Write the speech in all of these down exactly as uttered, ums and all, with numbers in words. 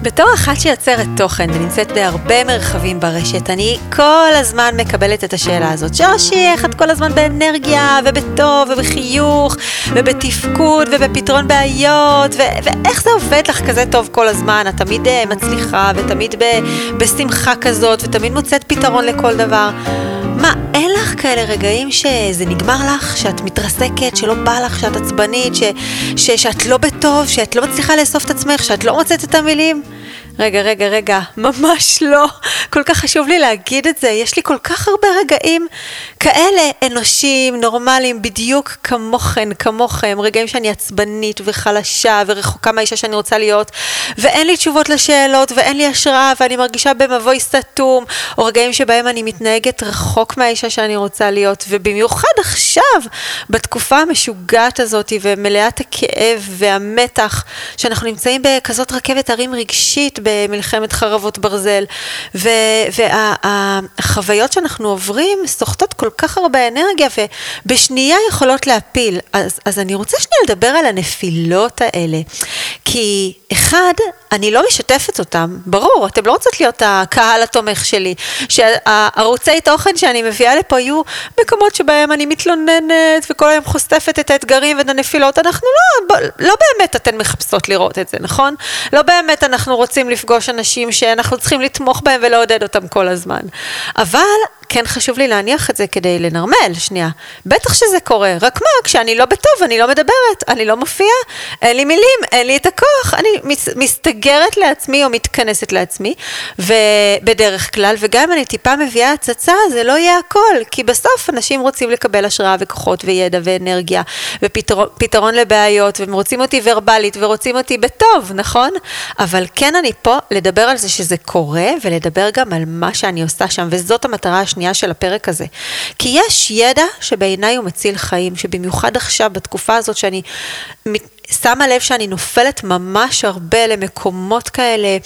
בתור אחת שיוצרת תוכן ונמצאת בהרבה מרחבים ברשת, אני כל הזמן מקבלת את השאלה הזאת. שושי, איך את כל הזמן באנרגיה ובטוב ובחיוך ובתפקוד ובפתרון בעיות, ו- ואיך זה עובד לך כזה טוב כל הזמן? את תמיד uh, מצליחה ותמיד ב- בשמחה כזאת ותמיד מוצאת פתרון לכל דבר. מה, אין לך כאלה רגעים שזה נגמר לך, שאת מתרסקת, שלא בא לך, שאת עצבנית, ש, ש, שאת לא בטוב, שאת לא מצליחה לאסוף את עצמך, שאת לא מוצאת את המילים? רגע, רגע, רגע, ממש לא. כל כך חשוב לי להגיד את זה. יש לי כל כך הרבה רגעים כאלה אנושיים, נורמליים, בדיוק כמוכן, כמוכם. רגעים שאני עצבנית וחלשה ורחוקה מהאישה שאני רוצה להיות, ואין לי תשובות לשאלות, ואין לי השראה, ואני מרגישה במבוי סתום, או רגעים שבהם אני מתנהגת רחוק מהאישה שאני רוצה להיות, ובמיוחד עכשיו, בתקופה המשוגעת הזאת, ומלאת הכאב והמתח, שאנחנו נמצאים בכזאת רכבת הרים רגשית, במלחמת חרבות ברזל, והחוויות שאנחנו עוברים סוחטות כל כך הרבה אנרגיה, ובשנייה יכולות להפיל. אז, אז אני רוצה שנייה לדבר על הנפילות האלה, כי אחד, אני לא משתפת אותם, ברור, אתם לא רוצות להיות הקהל התומך שלי, שהערוצי תוכן שאני מביאה לפה יהיו מקומות שבהם אני מתלוננת, וכל היום חושפת את האתגרים ואת הנפילות. אנחנו לא, לא באמת אתן מחפשות לראות את זה, נכון? לא באמת אנחנו רוצים לפגוש אנשים שאנחנו צריכים לתמוך בהם ולעודד אותם כל הזמן. אבל כן חשוב לי להניח את זה כדי לנרמל, שנייה. בטח שזה קורה, רק מה, כשאני לא בטוב, אני לא מדברת, אני לא מופיעה, אין לי מילים, אין לי את הכוח, אני מסתגרת לעצמי או מתכנסת לעצמי, ובדרך כלל, וגם אם אני טיפה מביאה הצצה, זה לא יהיה הכל, כי בסוף אנשים רוצים לקבל השראה וכוחות וידע ואנרגיה, ופתרון לבעיות, והם רוצים אותי ורבלית, ורוצים אותי בטוב, נכון? אבל כן אני פה לדבר על זה שזה קורה, ולדבר גם על מה שאני עושה שם, וזאת המטרה השנייה של הפרק הזה. כי יש ידע שבעיניי הוא מציל חיים, שבמיוחד עכשיו, בתקופה הזאת שאני שמה לב שאני נופלת ממש הרבה למקומות כאלה,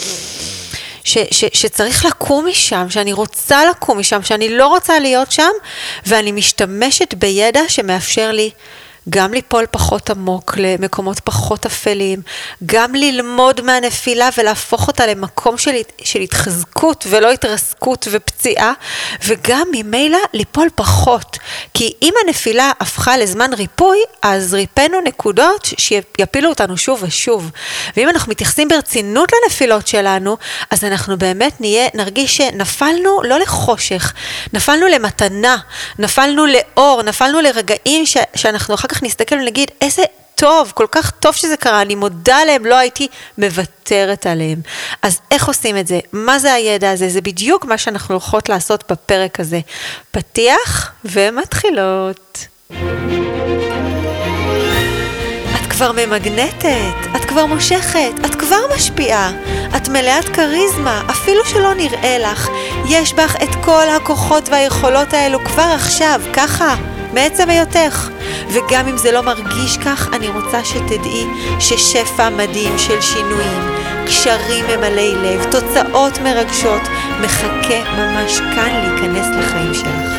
ש, ש, שצריך לקום משם, שאני רוצה לקום משם, שאני לא רוצה להיות שם, ואני משתמשת בידע שמאפשר לי גם ליפול פחות עמוק למקומות פחות אפלים, גם ללמוד מהנפילה ולהפוך אותה למקום של, של התחזקות ולא התרסקות ופציעה, וגם ממילא ליפול פחות. כי אם הנפילה הפכה לזמן ריפוי, אז ריפאנו נקודות שיפילו אותנו שוב ושוב. ואם אנחנו מתייחסים ברצינות לנפילות שלנו, אז אנחנו באמת נהיה, נרגיש שנפלנו לא לחושך, נפלנו למתנה, נפלנו לאור, נפלנו לרגעים ש, שאנחנו אחר כך נסתכל ונגיד, איזה טוב, כל כך טוב שזה קרה, אני מודה עליהם, לא הייתי מוותרת עליהם. אז איך עושים את זה? מה זה הידע הזה? זה בדיוק מה שאנחנו הולכות לעשות בפרק הזה. פתיח ומתחילות. את כבר ממגנטת, את כבר מושכת, את כבר משפיעה, את מלאת קריזמה, אפילו שלא נראה לך. יש בך את כל הכוחות והיכולות האלו כבר עכשיו, ככה. מעצם היותך, וגם אם זה לא מרגיש כך, אני רוצה שתדעי ששפע מדהים של שינויים, קשרים ממלאי לב, תוצאות מרגשות, מחכה ממש כאן להיכנס לחיים שלך.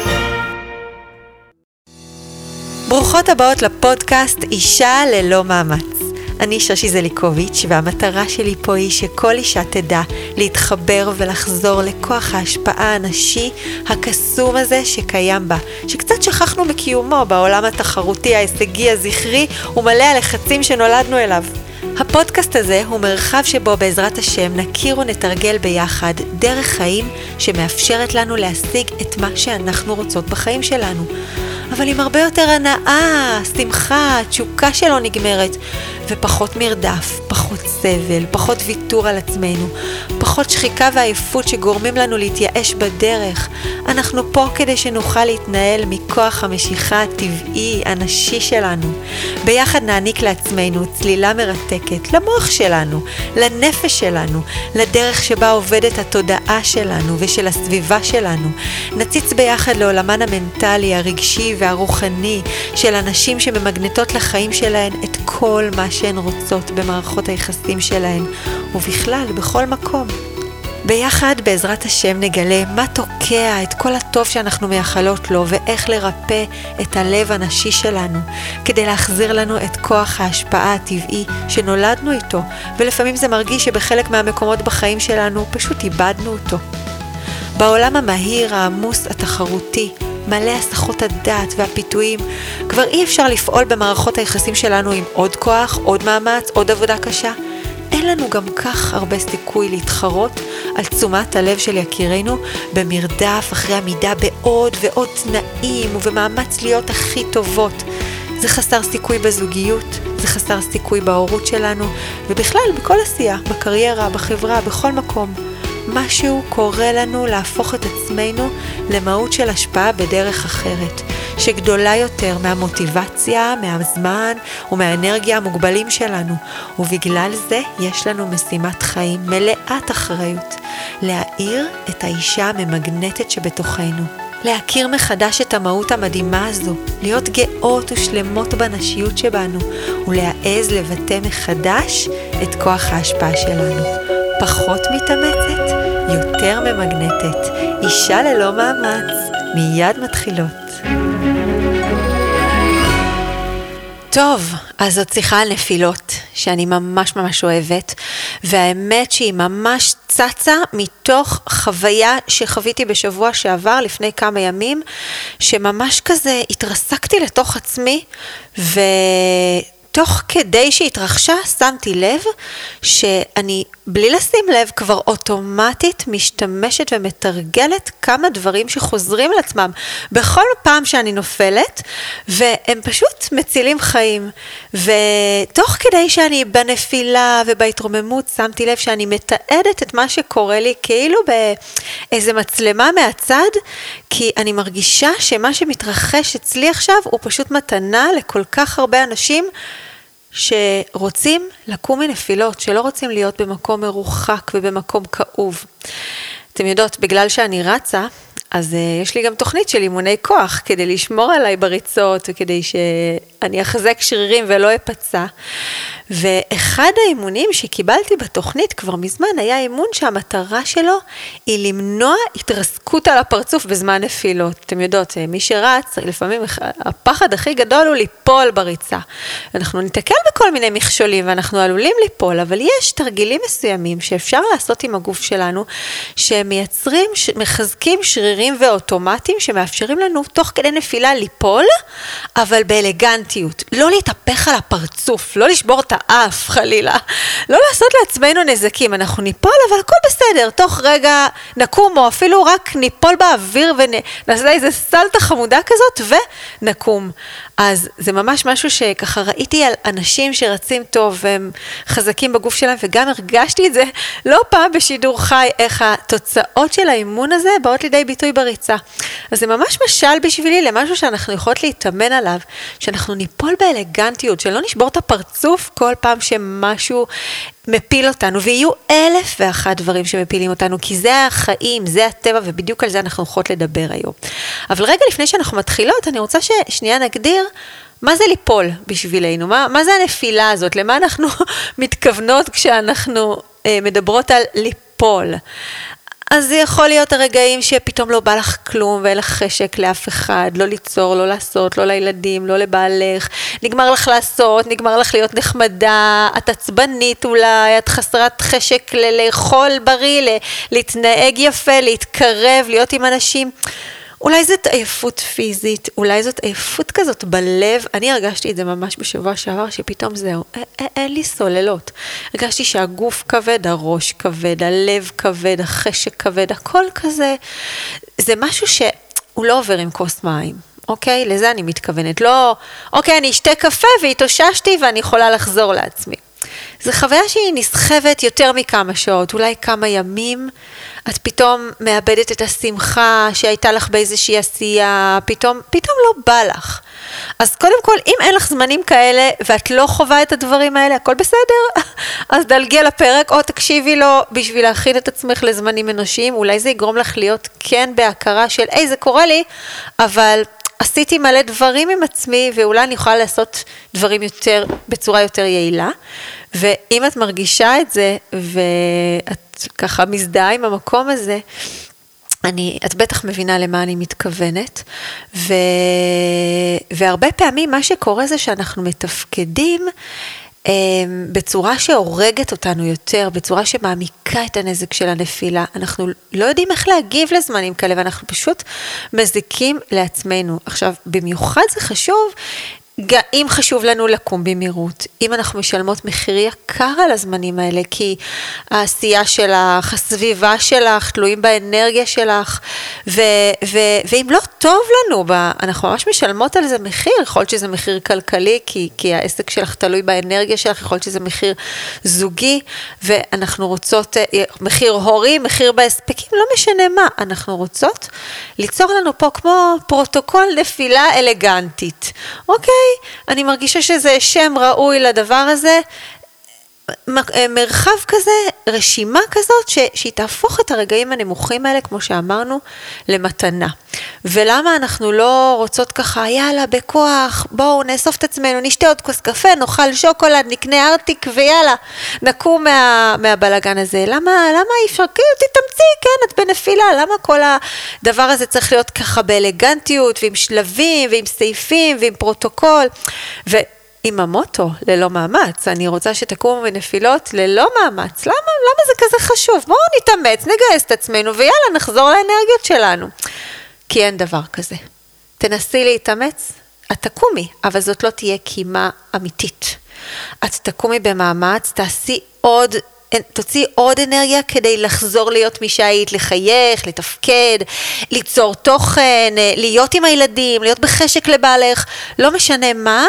ברוכות הבאות לפודקאסט אישה ללא מאמץ. אני שושי זליקוביץ', והמטרה שלי פה היא שכל אישה תדע להתחבר ולחזור לכוח ההשפעה הנשי הקסום הזה שקיים בה, שקצת שכחנו בקיומו בעולם התחרותי, ההישגי, הזכרי ומלא הלחצים שנולדנו אליו. הפודקאסט הזה הוא מרחב שבו בעזרת השם נכיר ונתרגל ביחד דרך חיים שמאפשרת לנו להשיג את מה שאנחנו רוצות בחיים שלנו. אבל עם הרבה יותר הנאה, שמחה, תשוקה שלא נגמרת, ופחות מרדף, פחות סבל, פחות ויתור על עצמנו, פחות שחיקה ועייפות שגורמים לנו להתייאש בדרך. אנחנו פה כדי שנוכל להתנהל מכוח המשיכה הטבעי, הנשי שלנו. ביחד נעניק לעצמנו צלילה מרתקת, למוח שלנו, לנפש שלנו, לדרך שבה עובדת התודעה שלנו ושל הסביבה שלנו. נציץ ביחד לעולמן המנטלי, הרגשי והרוחני של אנשים שממגנטות לחיים שלהן את כל מה שהן רוצות במערכות היחסים שלהן, ובכלל בכל מקום. ביחד בעזרת השם נגלה מה תוקע את כל הטוב שאנחנו מייחלות לו, ואיך לרפא את הלב הנשי שלנו, כדי להחזיר לנו את כוח ההשפעה הטבעי שנולדנו איתו, ולפעמים זה מרגיש שבחלק מהמקומות בחיים שלנו פשוט איבדנו אותו. בעולם המהיר, העמוס, התחרותי, מלא הסחות הדעת והפיתויים, כבר אי אפשר לפעול במערכות היחסים שלנו עם עוד כוח, עוד מאמץ, עוד עבודה קשה. אין לנו גם כך הרבה סיכוי להתחרות על תשומת הלב של יקירנו במרדף אחרי עמידה בעוד ועוד תנאים ובמאמץ להיות הכי טובות. זה חסר סיכוי בזוגיות, זה חסר סיכוי בהורות שלנו, ובכלל בכל עשייה, בקריירה, בחברה, בכל מקום. משהו קורה לנו להפוך את עצמנו למהות של השפעה בדרך אחרת, שגדולה יותר מהמוטיבציה, מהזמן ומהאנרגיה המוגבלים שלנו, ובגלל זה יש לנו משימת חיים מלאת אחריות, להאיר את האישה הממגנטת שבתוכנו. להכיר מחדש את המהות המדהימה הזו, להיות גאות ושלמות בנשיות שבנו, ולהעז לבטא מחדש את כוח ההשפעה שלנו. פחות מתאמצת, יותר ממגנטת, אישה ללא מאמץ, מיד מתחילות. טוב, אז זאת שיחה על נפילות, שאני ממש ממש אוהבת, והאמת שהיא ממש צצה מתוך חוויה שחוויתי בשבוע שעבר, לפני כמה ימים, שממש כזה התרסקתי לתוך עצמי, ו... תוך כדי שהתרחשה, שמתי לב שאני, בלי לשים לב, כבר אוטומטית משתמשת ומתרגלת כמה דברים שחוזרים על עצמם בכל פעם שאני נופלת, והם פשוט מצילים חיים. ותוך כדי שאני בנפילה ובהתרוממות, שמתי לב שאני מתעדת את מה שקורה לי כאילו באיזה מצלמה מהצד, כי אני מרגישה שמה שמתרחש אצלי עכשיו הוא פשוט מתנה לכל כך הרבה אנשים שרוצים לקום מנפילות, שלא רוצים להיות במקום מרוחק ובמקום כאוב. אתם יודעות, בגלל שאני רצה, אז uh, יש לי גם תוכנית של אימוני כוח, כדי לשמור עליי בריצות, וכדי שאני אחזק שרירים ולא אפצע. ואחד האימונים שקיבלתי בתוכנית כבר מזמן, היה אימון שהמטרה שלו היא למנוע התרסקות על הפרצוף בזמן נפילות. אתם יודעות, מי שרץ, לפעמים הפחד הכי גדול הוא ליפול בריצה. אנחנו ניתקל בכל מיני מכשולים, ואנחנו עלולים ליפול, אבל יש תרגילים מסוימים שאפשר לעשות עם הגוף שלנו, שמייצרים, מחזקים שרירים ואוטומטיים, שמאפשרים לנו תוך כדי נפילה ליפול, אבל באלגנטיות. לא להתהפך על הפרצוף, לא לשבור את האף חלילה, לא לעשות לעצמנו נזקים, אנחנו ניפול אבל הכל בסדר, תוך רגע נקום או אפילו רק ניפול באוויר ונעשה איזה סלטה חמודה כזאת ונקום. אז זה ממש משהו שככה ראיתי על אנשים שרצים טוב והם חזקים בגוף שלהם, וגם הרגשתי את זה לא פעם בשידור חי, איך התוצאות של האימון הזה באות לידי ביטוי בריצה. אז זה ממש משל בשבילי למשהו שאנחנו יכולות להתאמן עליו, שאנחנו ניפול באלגנטיות, שלא נשבור את הפרצוף כל פעם שמשהו מפיל אותנו, ויהיו אלף ואחת דברים שמפילים אותנו, כי זה החיים, זה הטבע, ובדיוק על זה אנחנו יכולות לדבר היום. אבל רגע לפני שאנחנו מתחילות, אני רוצה ששנייה נגדיר, מה זה ליפול בשבילנו? מה, מה זה הנפילה הזאת? למה אנחנו מתכוונות כשאנחנו אה, מדברות על ליפול? אז זה יכול להיות הרגעים שפתאום לא בא לך כלום ואין לך חשק לאף אחד, לא ליצור, לא לעשות, לא לילדים, לא לבעלך, נגמר לך לעשות, נגמר לך להיות נחמדה, את עצבנית אולי, את חסרת חשק לאכול בריא, להתנהג יפה, להתקרב, להיות עם אנשים. אולי זאת עייפות פיזית, אולי זאת עייפות כזאת בלב. אני הרגשתי את זה ממש בשבוע שעבר, שפתאום זהו, אין לי סוללות. הרגשתי שהגוף כבד, הראש כבד, הלב כבד, החשק כבד, הכל כזה. זה משהו שהוא לא עובר עם כוס מים, אוקיי? לזה אני מתכוונת. לא, אוקיי, אני אשתה קפה והתאוששתי ואני יכולה לחזור לעצמי. זו חוויה שהיא נסחבת יותר מכמה שעות, אולי כמה ימים, את פתאום מאבדת את השמחה שהייתה לך באיזושהי עשייה, פתאום, פתאום לא בא לך. אז קודם כל, אם אין לך זמנים כאלה, ואת לא חווה את הדברים האלה, הכל בסדר, אז דלגי על הפרק, או תקשיבי לו בשביל להכין את עצמך לזמנים אנושיים, אולי זה יגרום לך להיות כן בהכרה של, היי, זה קורה לי, אבל עשיתי מלא דברים עם עצמי, ואולי אני יכולה לעשות דברים יותר, בצורה יותר יעילה. ואם את מרגישה את זה, ואת ככה מזדהה עם המקום הזה, אני, את בטח מבינה למה אני מתכוונת, ו, והרבה פעמים מה שקורה זה שאנחנו מתפקדים, בצורה שהורגת אותנו יותר, בצורה שמעמיקה את הנזק של הנפילה. אנחנו לא יודעים איך להגיב לזמנים כאלה, ואנחנו פשוט מזיקים לעצמנו. עכשיו, במיוחד זה חשוב, אם חשוב לנו לקום במהירות, אם אנחנו משלמות מחיר יקר על הזמנים האלה, כי העשייה שלך, הסביבה שלך, תלויים באנרגיה שלך, ו- ו- ואם לא טוב לנו, אנחנו ממש משלמות על זה מחיר, יכול להיות שזה מחיר כלכלי, כי, כי העסק שלך תלוי באנרגיה שלך, יכול להיות שזה מחיר זוגי, ואנחנו רוצות, מחיר הורי, מחיר בהספקים, לא משנה מה, אנחנו רוצות ליצור לנו פה כמו פרוטוקול נפילה אלגנטית, אוקיי? אני מרגישה שזה שם ראוי לדבר הזה, מרחב כזה, רשימה כזאת, ש, שהיא תהפוך את הרגעים הנמוכים האלה, כמו שאמרנו, למתנה. ולמה אנחנו לא רוצות ככה, יאללה, בכוח, בואו נאסוף את עצמנו, נשתה עוד כוס קפה, נאכל שוקולד, נקנה ארטיק, ויאללה, נקום מה, מהבלגן הזה. למה, למה אי אפשר? כאילו, תתאמצי, כן, את בנפילה, למה כל הדבר הזה צריך להיות ככה באלגנטיות, ועם שלבים, ועם סעיפים, ועם פרוטוקול, ו... עם המוטו, ללא מאמץ. אני רוצה שתקום בנפילות ללא מאמץ. למה? למה זה כזה חשוב? בואו נתאמץ, נגייס את עצמנו, ויאללה, נחזור לאנרגיות שלנו. כי אין דבר כזה. תנסי להתאמץ, את תקומי, אבל זאת לא תהיה קימה אמיתית. את תקומי במאמץ, תעשי עוד, תוציא עוד אנרגיה כדי לחזור להיות מי שהיית, לחייך, לתפקד, ליצור תוכן, להיות עם הילדים, להיות בחשק לבעלך, לא משנה מה,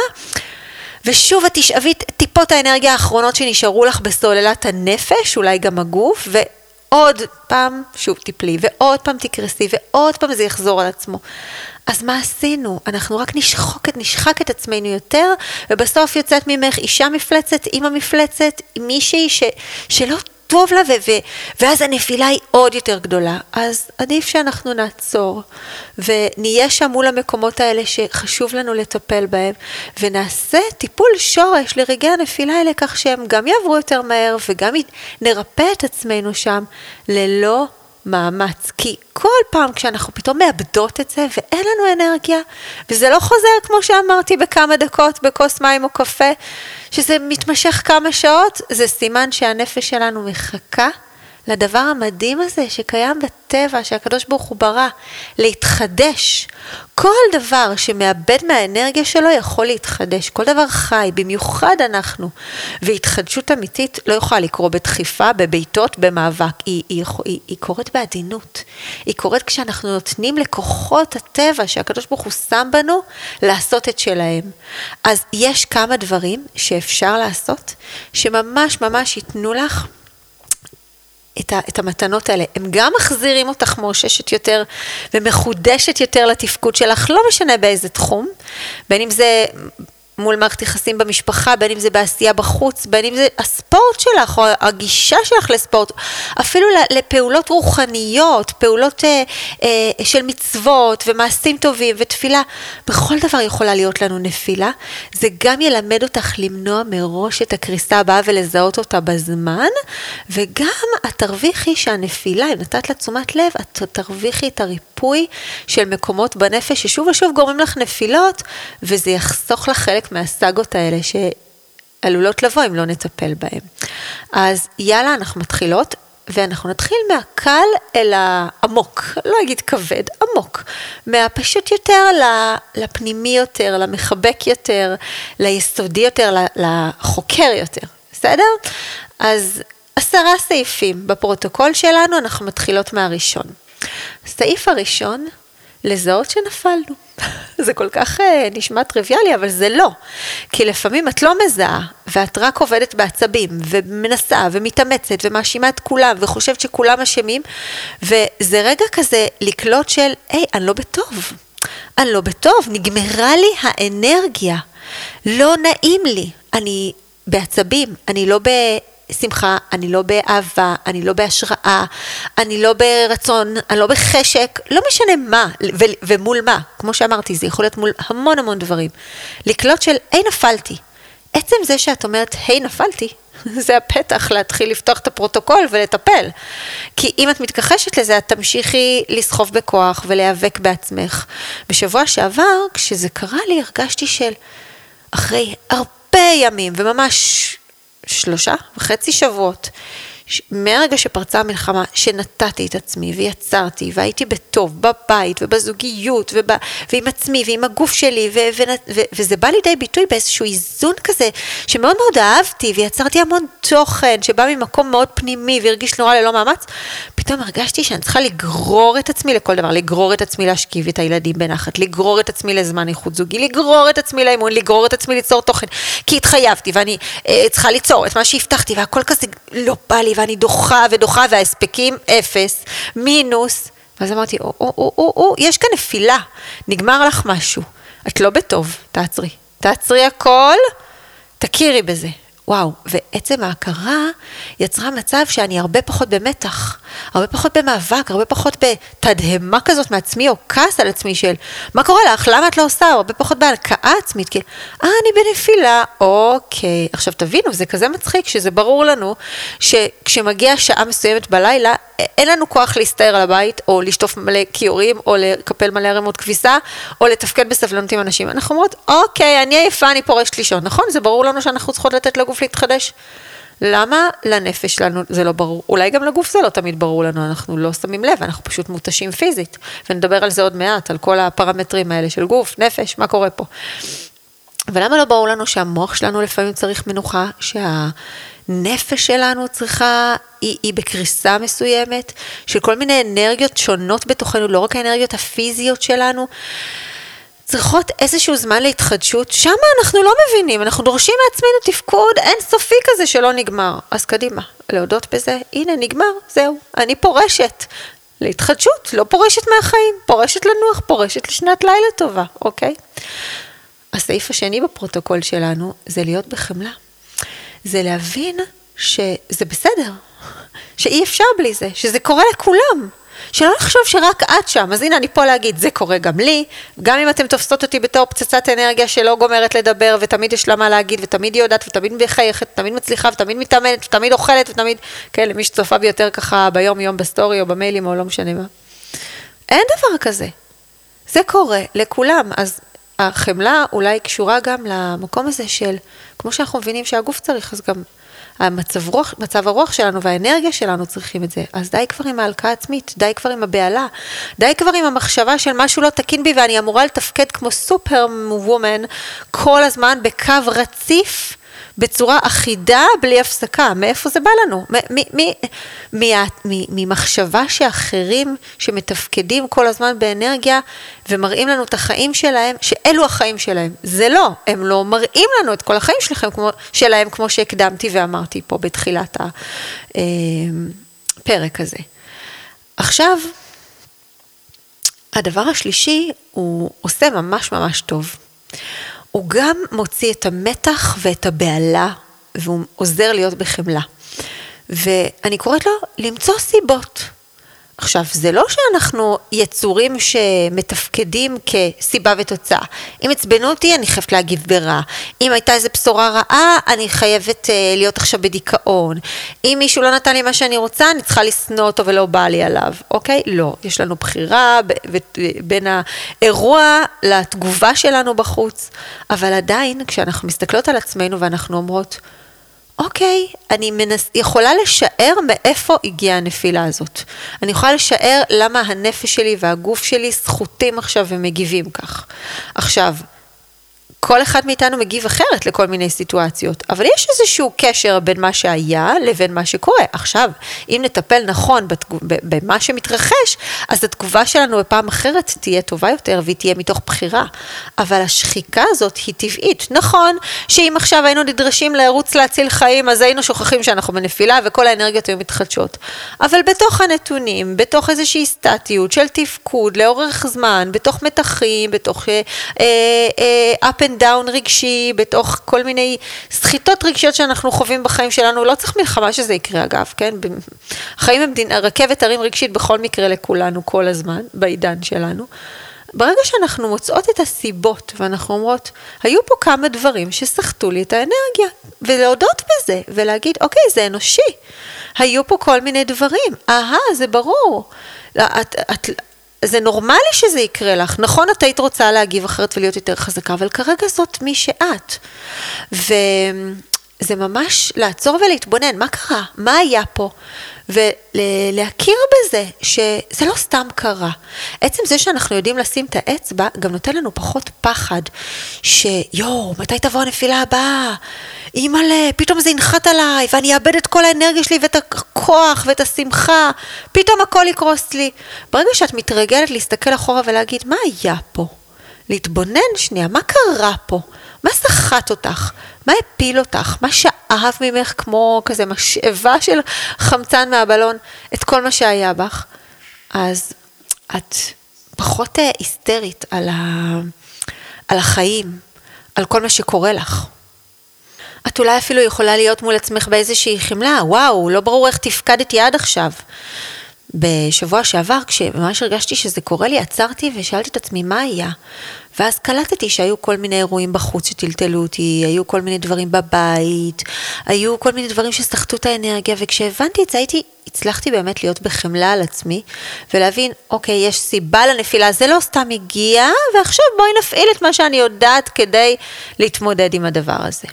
ושוב את תשאבי טיפות האנרגיה האחרונות שנשארו לך בסוללת הנפש, אולי גם הגוף, ועוד פעם שוב תיפלי, ועוד פעם תקרסי, ועוד פעם זה יחזור על עצמו. אז מה עשינו? אנחנו רק נשחוק את, נשחק את עצמנו יותר, ובסוף יוצאת ממך אישה מפלצת, אמא מפלצת, מישהי ש, שלא טוב לה, ו, ו, ואז הנפילה היא עוד יותר גדולה. אז עדיף שאנחנו נעצור, ונהיה שם מול המקומות האלה שחשוב לנו לטפל בהם, ונעשה טיפול שורש לרגעי הנפילה האלה, כך שהם גם יעברו יותר מהר, וגם נרפא את עצמנו שם, ללא מאמץ. כי כל פעם כשאנחנו פתאום מאבדות את זה, ואין לנו אנרגיה, וזה לא חוזר כמו שאמרתי בכמה דקות, בכוס מים או קפה, שזה מתמשך כמה שעות, זה סימן שהנפש שלנו מחכה לדבר המדהים הזה שקיים בטבע, שהקדוש ברוך הוא ברא, להתחדש. כל דבר שמאבד מהאנרגיה שלו יכול להתחדש, כל דבר חי, במיוחד אנחנו, והתחדשות אמיתית לא יכולה לקרות בדחיפה, בביתות, במאבק, היא, היא, היא, היא קורית בעדינות, היא קורית כשאנחנו נותנים לכוחות הטבע שהקדוש ברוך הוא שם בנו, לעשות את שלהם. אז יש כמה דברים שאפשר לעשות, שממש ממש ייתנו לך, את, ה, את המתנות האלה, הם גם מחזירים אותך מאוששת יותר, ומחודשת יותר לתפקוד שלך, לא משנה באיזה תחום, בין אם זה מול מערכת יחסים במשפחה, בין אם זה בעשייה בחוץ, בין אם זה הספורט שלך, או הגישה שלך לספורט, אפילו לפעולות רוחניות, פעולות אה, אה, של מצוות, ומעשים טובים, ותפילה, בכל דבר יכולה להיות לנו נפילה, זה גם ילמד אותך למנוע מראש את הקריסה הבאה, ולזהות אותה בזמן, וגם את תרוויחי שהנפילה, אם נתת לה תשומת לב, את תרוויחי את הריפוי של מקומות בנפש, ששוב ושוב גורמים לך נפילות, וזה יחסוך לך חלק מהסגות האלה שעלולות לבוא אם לא נטפל בהם. אז יאללה, אנחנו מתחילות, ואנחנו נתחיל מהקל אל העמוק, לא אגיד כבד, עמוק, מהפשוט יותר לפנימי יותר, למחבק יותר, ליסודי יותר, לחוקר יותר, בסדר? אז עשרה סעיפים בפרוטוקול שלנו, אנחנו מתחילות מהראשון. הסעיף הראשון, לזהות שנפלנו. זה כל כך נשמע טריוויאלי, אבל זה לא. כי לפעמים את לא מזהה, ואת רק עובדת בעצבים, ומנסה, ומתאמצת, ומאשימה את כולם, וחושבת שכולם אשמים, וזה רגע כזה לקלוט של, היי, אני לא בטוב. אני לא בטוב, נגמרה לי האנרגיה. לא נעים לי. אני בעצבים, אני לא ב... שמחה, אני לא באהבה, אני לא בהשראה, אני לא ברצון, אני לא בחשק, לא משנה מה, ו- ומול מה, כמו שאמרתי, זה יכול להיות מול המון המון דברים. לקלוט של, היי נפלתי. עצם זה שאת אומרת, היי נפלתי, זה הפתח להתחיל לפתוח את הפרוטוקול ולטפל. כי אם את מתכחשת לזה, את תמשיכי לסחוב בכוח ולהיאבק בעצמך. בשבוע שעבר, כשזה קרה לי, הרגשתי של אחרי הרבה ימים, וממש שלושה וחצי שבועות, מהרגע שפרצה המלחמה, שנתתי את עצמי ויצרתי והייתי בטוב, בבית ובזוגיות ובא, ועם עצמי ועם הגוף שלי ו, ו, ו, וזה בא לידי ביטוי באיזשהו איזון כזה שמאוד מאוד אהבתי ויצרתי המון תוכן שבא ממקום מאוד פנימי והרגיש נורא ללא מאמץ, פתאום הרגשתי שאני צריכה לגרור את עצמי לכל דבר, לגרור את עצמי להשכיב את הילדים בנחת, לגרור את עצמי לזמן איכות זוגי, לגרור את עצמי לאימון, לגרור את עצמי ליצור תוכן, כי התחייבתי ואני אה, צריכה ליצור את מה שהבטחתי והכל כזה לא בא לי ואני דוחה ודוחה וההספקים אפס, מינוס, ואז אמרתי, או, או, או, או, או, יש כאן נפילה, נגמר לך משהו, את לא בטוב, תעצרי, תעצרי הכל, תכירי בזה. וואו, ועצם ההכרה יצרה מצב שאני הרבה פחות במתח, הרבה פחות במאבק, הרבה פחות בתדהמה כזאת מעצמי, או כעס על עצמי של, מה קורה לך? למה את לא עושה? הרבה פחות בהלקאה עצמית, כי, אה, אני בנפילה, אוקיי. עכשיו תבינו, זה כזה מצחיק, שזה ברור לנו, שכשמגיע שעה מסוימת בלילה, אין לנו כוח להסתער על הבית, או לשטוף מלא כיורים, או לקפל מלא רמות כביסה, או לתפקד בסבלנות עם אנשים. אנחנו אומרות, אוקיי, אני עייפה, אני פורשת לישון. נכון? זה ברור לנו שאנחנו צריכות לתת לגוף להתחדש. למה לנפש שלנו זה לא ברור? אולי גם לגוף זה לא תמיד ברור לנו, אנחנו לא שמים לב, אנחנו פשוט מותשים פיזית. ונדבר על זה עוד מעט, על כל הפרמטרים האלה של גוף, נפש, מה קורה פה. ולמה לא ברור לנו שהמוח שלנו לפעמים צריך מנוחה, שהנפש שלנו צריכה, היא, היא בקריסה מסוימת, של כל מיני אנרגיות שונות בתוכנו, לא רק האנרגיות הפיזיות שלנו, צריכות איזשהו זמן להתחדשות, שם אנחנו לא מבינים, אנחנו דורשים מעצמנו תפקוד אין סופי כזה שלא נגמר. אז קדימה, להודות בזה, הנה נגמר, זהו, אני פורשת. להתחדשות, לא פורשת מהחיים, פורשת לנוח, פורשת לשנת לילה טובה, אוקיי? הסעיף השני בפרוטוקול שלנו זה להיות בחמלה. זה להבין שזה בסדר, שאי אפשר בלי זה, שזה קורה לכולם. שלא לחשוב שרק את שם, אז הנה אני פה להגיד, זה קורה גם לי, גם אם אתם תופסות אותי בתור פצצת אנרגיה שלא גומרת לדבר, ותמיד יש לה מה להגיד, ותמיד היא יודעת, ותמיד מחייכת, ותמיד מצליחה, ותמיד מתאמנת, ותמיד אוכלת, ותמיד, כן, למי שצופה ביותר ככה ביום יום בסטורי, או במיילים, או לא משנה מה. אין דבר כזה. זה קורה לכולם, אז החמלה אולי קשורה גם למקום הזה של, כמו שאנחנו מבינים שהגוף צריך, אז גם המצב רוח, מצב הרוח שלנו והאנרגיה שלנו צריכים את זה. אז די כבר עם ההלקאה עצמית, די כבר עם הבעלה, די כבר עם המחשבה של משהו לא תקין בי, ואני אמורה לתפקד כמו סופר וומן כל הזמן בקו רציף, בצורה אחידה, בלי הפסקה. מאיפה זה בא לנו? ממחשבה שאחרים שמתפקדים כל הזמן באנרגיה, ומראים לנו את החיים שלהם, שאלו החיים שלהם. זה לא, הם לא מראים לנו את כל החיים שלהם, כמו, שלהם, כמו שהקדמתי ואמרתי פה בתחילת הפרק הזה. עכשיו, הדבר השלישי, הוא עושה ממש ממש טוב. הוא גם מוציא את המתח ואת הבעלה, והוא עוזר להיות בחמלה. ואני קוראת לו למצוא סיבות. עכשיו, זה לא שאנחנו יצורים שמתפקדים כסיבה ותוצאה. אם הצבנו אותי, אני חייבת להגיב ברע. אם הייתה איזו בשורה רעה, אני חייבת להיות עכשיו בדיכאון. אם מישהו לא נתן לי מה שאני רוצה, אני צריכה לסנוע אותו ולא בא לי עליו. אוקיי? לא. יש לנו בחירה בין האירוע לתגובה שלנו בחוץ. אבל עדיין, כשאנחנו מסתכלות על עצמנו ואנחנו אומרות, אוקיי, אני מנס... יכולה לשער מאיפה הגיעה הנפילה הזאת. אני יכולה לשער למה הנפש שלי והגוף שלי זכותים עכשיו ומגיבים כך. עכשיו, כל אחד מאיתנו מגיב אחרת לכל מיני סיטואציות, אבל יש איזשהו קשר בין מה שהיה לבין מה שקורה. עכשיו, אם נטפל נכון בתגוב... במה שמתרחש, אז התגובה שלנו בפעם אחרת תהיה טובה יותר, והיא תהיה מתוך בחירה. אבל השחיקה הזאת היא טבעית. נכון, שאם עכשיו היינו נדרשים להרוץ להציל חיים, אז היינו שוכחים שאנחנו בנפילה, וכל האנרגיות היו מתחדשות. אבל בתוך הנתונים, בתוך איזושהי סטטיות של תפקוד, לאורך זמן, בתוך מתחים, בתוך אה, אה, up and down רגשי, בתוך כל מיני סחיטות רגשיות שאנחנו חווים בחיים שלנו, לא צריך מלחמה שזה יקרה אגב, כן? החיים הם דין, רכבת הרים רגשית בכל מקרה לכולנו כל הזמן, בעידן שלנו, ברגע שאנחנו מוצאות את הסיבות, ואנחנו אומרות, היו פה כמה דברים שסחטו לי את האנרגיה, ולהודות בזה, ולהגיד, אוקיי, זה אנושי. היו פה כל מיני דברים. אהה, זה ברור. את, את, זה נורמלי שזה יקרה לך. נכון, את היית רוצה להגיב אחרת ולהיות יותר חזקה, אבל כרגע זאת מי שאת. וזה ממש לעצור ולהתבונן, מה קרה? מה היה פה? ולהכיר בזה שזה לא סתם קרה. עצם זה שאנחנו יודעים לשים את האצבע, גם נותן לנו פחות פחד, שיו, מתי תבוא הנפילה הבאה? אימא'לה, פתאום זה ינחת עליי, ואני אאבד את כל האנרגיה שלי, ואת הכוח, ואת השמחה, פתאום הכל יקרוס לי. ברגע שאת מתרגלת להסתכל אחורה ולהגיד, מה היה פה? להתבונן שנייה, מה קרה פה? מה סחט אותך? מה הפיל אותך? מה שאהב ממך כמו כזה משאבה של חמצן מהבלון, את כל מה שהיה בך? אז את פחות היסטרית על, ה... על החיים, על כל מה שקורה לך. את אולי אפילו יכולה להיות מול עצמך באיזושהי חמלה, וואו, לא ברור איך תפקדתי עד עכשיו. בשבוע שעבר, כשממש הרגשתי שזה קורה לי, עצרתי ושאלתי את עצמי מה היה. ואז קלטתי שהיו כל מיני אירועים בחוץ שטלטלו אותי, היו כל מיני דברים בבית, היו כל מיני דברים שסחטו את האנרגיה, וכשהבנתי את זה, הייתי, הצלחתי באמת להיות בחמלה על עצמי, ולהבין, אוקיי, יש סיבה לנפילה, זה לא סתם הגיע, ועכשיו בואי נפעיל את מה שאני יודעת כדי להתמודד עם הדבר הזה.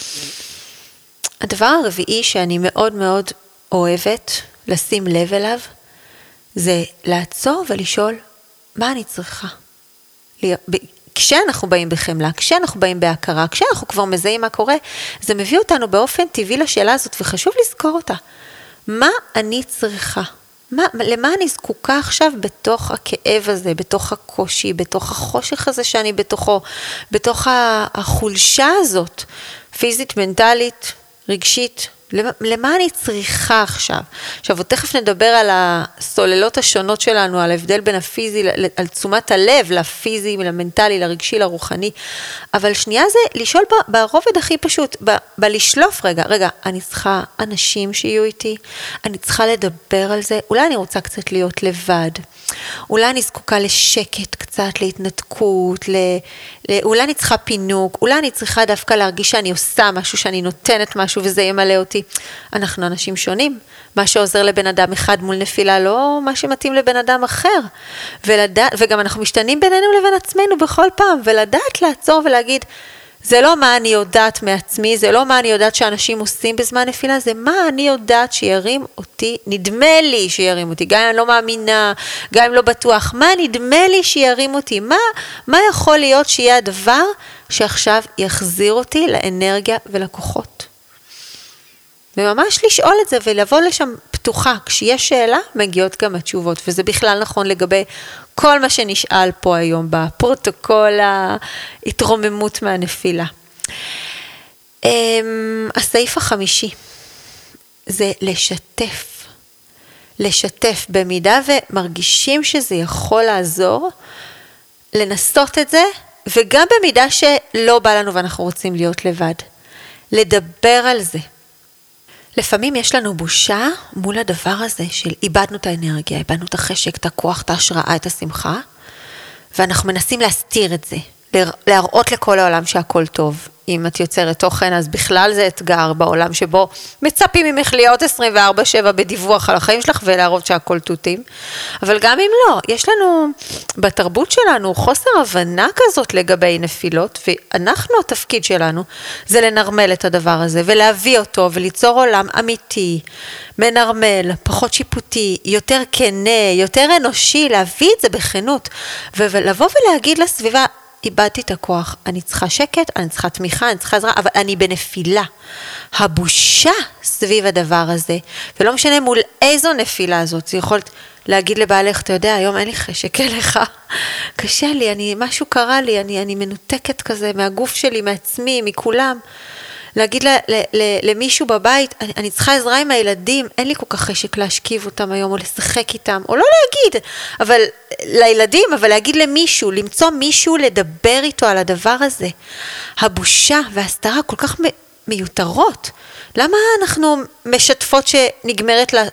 הדבר הרביעי שאני מאוד מאוד אוהבת לשים לב אליו, זה לעצור ולשאול, מה אני צריכה? כשאנחנו באים בחמלה, כשאנחנו באים בהכרה, כשאנחנו כבר מזהים מה קורה, זה מביא אותנו באופן טבעי לשאלה הזאת, וחשוב לזכור אותה. מה אני צריכה? מה, למה אני זקוקה עכשיו בתוך הכאב הזה, בתוך הקושי, בתוך החושך הזה שאני בתוכו, בתוך החולשה הזאת, פיזית, מנטלית, רגשית, למה, למה אני צריכה עכשיו? עכשיו, תכף נדבר על הסוללות השונות שלנו, על ההבדל בין הפיזי, על תשומת הלב, לפיזי, למנטלי, לרגשי, לרוחני. אבל שנייה זה לשאול ברובד הכי פשוט, ב, בלשלוף רגע, רגע, אני צריכה אנשים שיהיו איתי, אני צריכה לדבר על זה, אולי אני רוצה קצת להיות לבד, אולי אני זקוקה לשקט קצת, להתנתקות, ל, ל, אולי אני צריכה פינוק, אולי אני צריכה דווקא להרגיש שאני עושה משהו, שאני נותנת משהו וזה ימלא אותי. אנחנו אנשים שונים, מה שעוזר לבן אדם אחד מול נפילה, לא מה שמתאים לבן אדם אחר, ולדע, וגם אנחנו משתנים בינינו לבין עצמנו בכל פעם, ולדעת לעצור ולהגיד, זה לא מה אני יודעת מעצמי, זה לא מה אני יודעת שאנשים עושים בזמן נפילה, זה מה אני יודעת שירים אותי, נדמה לי שירים אותי, גם אם אני לא מאמינה, גם אם לא בטוח, מה נדמה לי שירים אותי, מה, מה יכול להיות שיהיה הדבר שעכשיו יחזיר אותי לאנרגיה ולכוחות. וממש לשאול את זה ולבוא לשם פתוחה, כשיש שאלה מגיעות גם התשובות, וזה בכלל נכון לגבי כל מה שנשאל פה היום בפרוטוקול ההתרוממות מהנפילה. הסעיף החמישי זה לשתף, לשתף במידה ומרגישים שזה יכול לעזור, לנסות את זה, וגם במידה שלא בא לנו ואנחנו רוצים להיות לבד, לדבר על זה. לפעמים יש לנו בושה מול הדבר הזה של איבדנו את האנרגיה, איבדנו את החשק, את הכוח, את ההשראה, את השמחה, ואנחנו מנסים להסתיר את זה, להראות לכל העולם שהכל טוב. אם את יוצרת תוכן, אז בכלל זה אתגר בעולם שבו מצפים ממך להיות עשרים וארבע שבע בדיווח על החיים שלך ולהראות שהכל תותים. אבל גם אם לא, יש לנו בתרבות שלנו חוסר הבנה כזאת לגבי נפילות, ואנחנו התפקיד שלנו זה לנרמל את הדבר הזה ולהביא אותו וליצור עולם אמיתי, מנרמל, פחות שיפוטי, יותר כנה, יותר אנושי, להביא את זה בכנות ולבוא ולהגיד לסביבה, איבדתי את הכוח, אני צריכה שקט, אני צריכה תמיכה, אני צריכה עזרה, אבל אני בנפילה. הבושה סביב הדבר הזה, ולא משנה מול איזו נפילה הזאת, זה יכול להגיד לבעלך, אתה יודע, היום אין לי חשק אליך, קשה לי, אני, משהו קרה לי, אני, אני מנותקת כזה מהגוף שלי, מעצמי, מכולם. להגיד ל, ל, ל, למישהו בבית, אני, אני צריכה עזרה עם הילדים, אין לי כל כך חשק להשכיב אותם היום, או לשחק איתם, או לא להגיד, אבל לילדים, אבל להגיד למישהו, למצוא מישהו לדבר איתו על הדבר הזה. הבושה וההסתרה כל כך מיותרות. למה אנחנו משתפות שנגמרת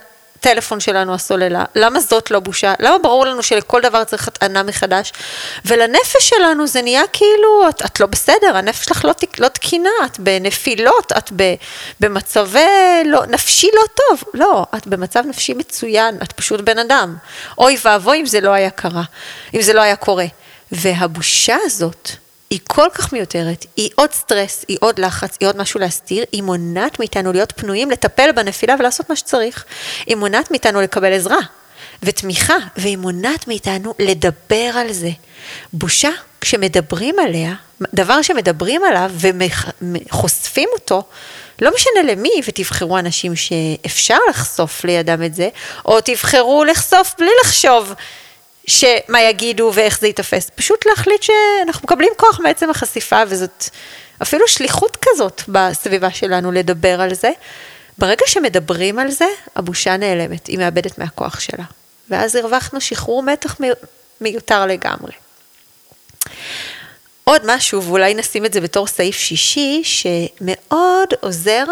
הטלפון שלנו הסוללה, למה זאת לא בושה? למה ברור לנו שלכל דבר צריך הטענה מחדש? ולנפש שלנו זה נהיה כאילו, את, את לא בסדר, הנפש שלך לא, לא תקינה, את בנפילות, את ב, במצבי לא, נפשי לא טוב. לא, את במצב נפשי מצוין, את פשוט בן אדם. אוי ואבוי אם זה לא היה קרה, אם זה לא היה קורה. והבושה הזאת, היא כל כך מיותרת, היא עוד סטרס, היא עוד לחץ, היא עוד משהו להסתיר, היא מונעת מאיתנו להיות פנויים, לטפל בנפילה ולעשות מה שצריך. היא מונעת מאיתנו לקבל עזרה ותמיכה, והיא מונעת מאיתנו לדבר על זה. בושה, כשמדברים עליה, דבר שמדברים עליו וחושפים אותו, לא משנה למי, ותבחרו אנשים שאפשר לחשוף לידם את זה, או תבחרו לחשוף בלי לחשוב, שמה יגידו ואיך זה יתפס. פשוט להחליט שאנחנו מקבלים כוח מעצם החשיפה, וזאת אפילו שליחות כזאת בסביבה שלנו לדבר על זה. ברגע שמדברים על זה, הבושה נעלמת, היא מאבדת מהכוח שלה. ואז הרווחנו שחרור מתח מיותר לגמרי. עוד משהו, ואולי נשים את זה בתור סעיף שישי, שמאוד עוזר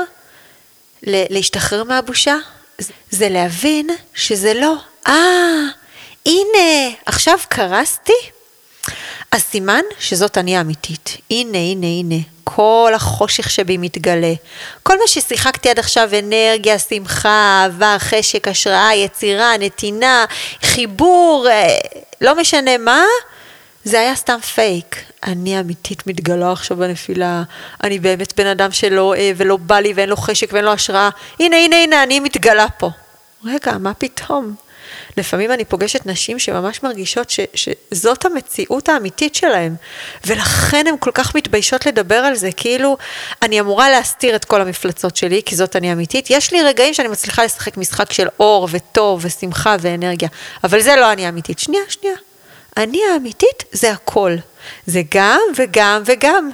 להשתחרר מהבושה, זה להבין שזה לא, אה, הנה, עכשיו קרסתי, אז סימן שזאת אני האמיתית. הנה, הנה, הנה, כל החושך שבי מתגלה. כל מה ששיחקתי עד עכשיו, אנרגיה, שמחה, אהבה, חשק, השראה, יצירה, נתינה, חיבור, לא משנה מה, זה היה סתם פייק. אני האמיתית מתגלה עכשיו בנפילה, אני באמת בן אדם שלא אוהב ולא בא לי ואין לו חשק ואין לו השראה. הנה, הנה, הנה, אני מתגלה פה. רגע, מה פתאום? לפעמים אני פוגשת נשים שממש מרגישות ש, שזאת המציאות האמיתית שלהם, ולכן הן כל כך מתביישות לדבר על זה, כאילו אני אמורה להסתיר את כל המפלצות שלי, כי זאת אני אמיתית. יש לי רגעים שאני מצליחה לשחק משחק של אור וטוב ושמחה ואנרגיה, אבל זה לא אני האמיתית. שנייה, שנייה. אני האמיתית זה הכל. זה גם וגם וגם.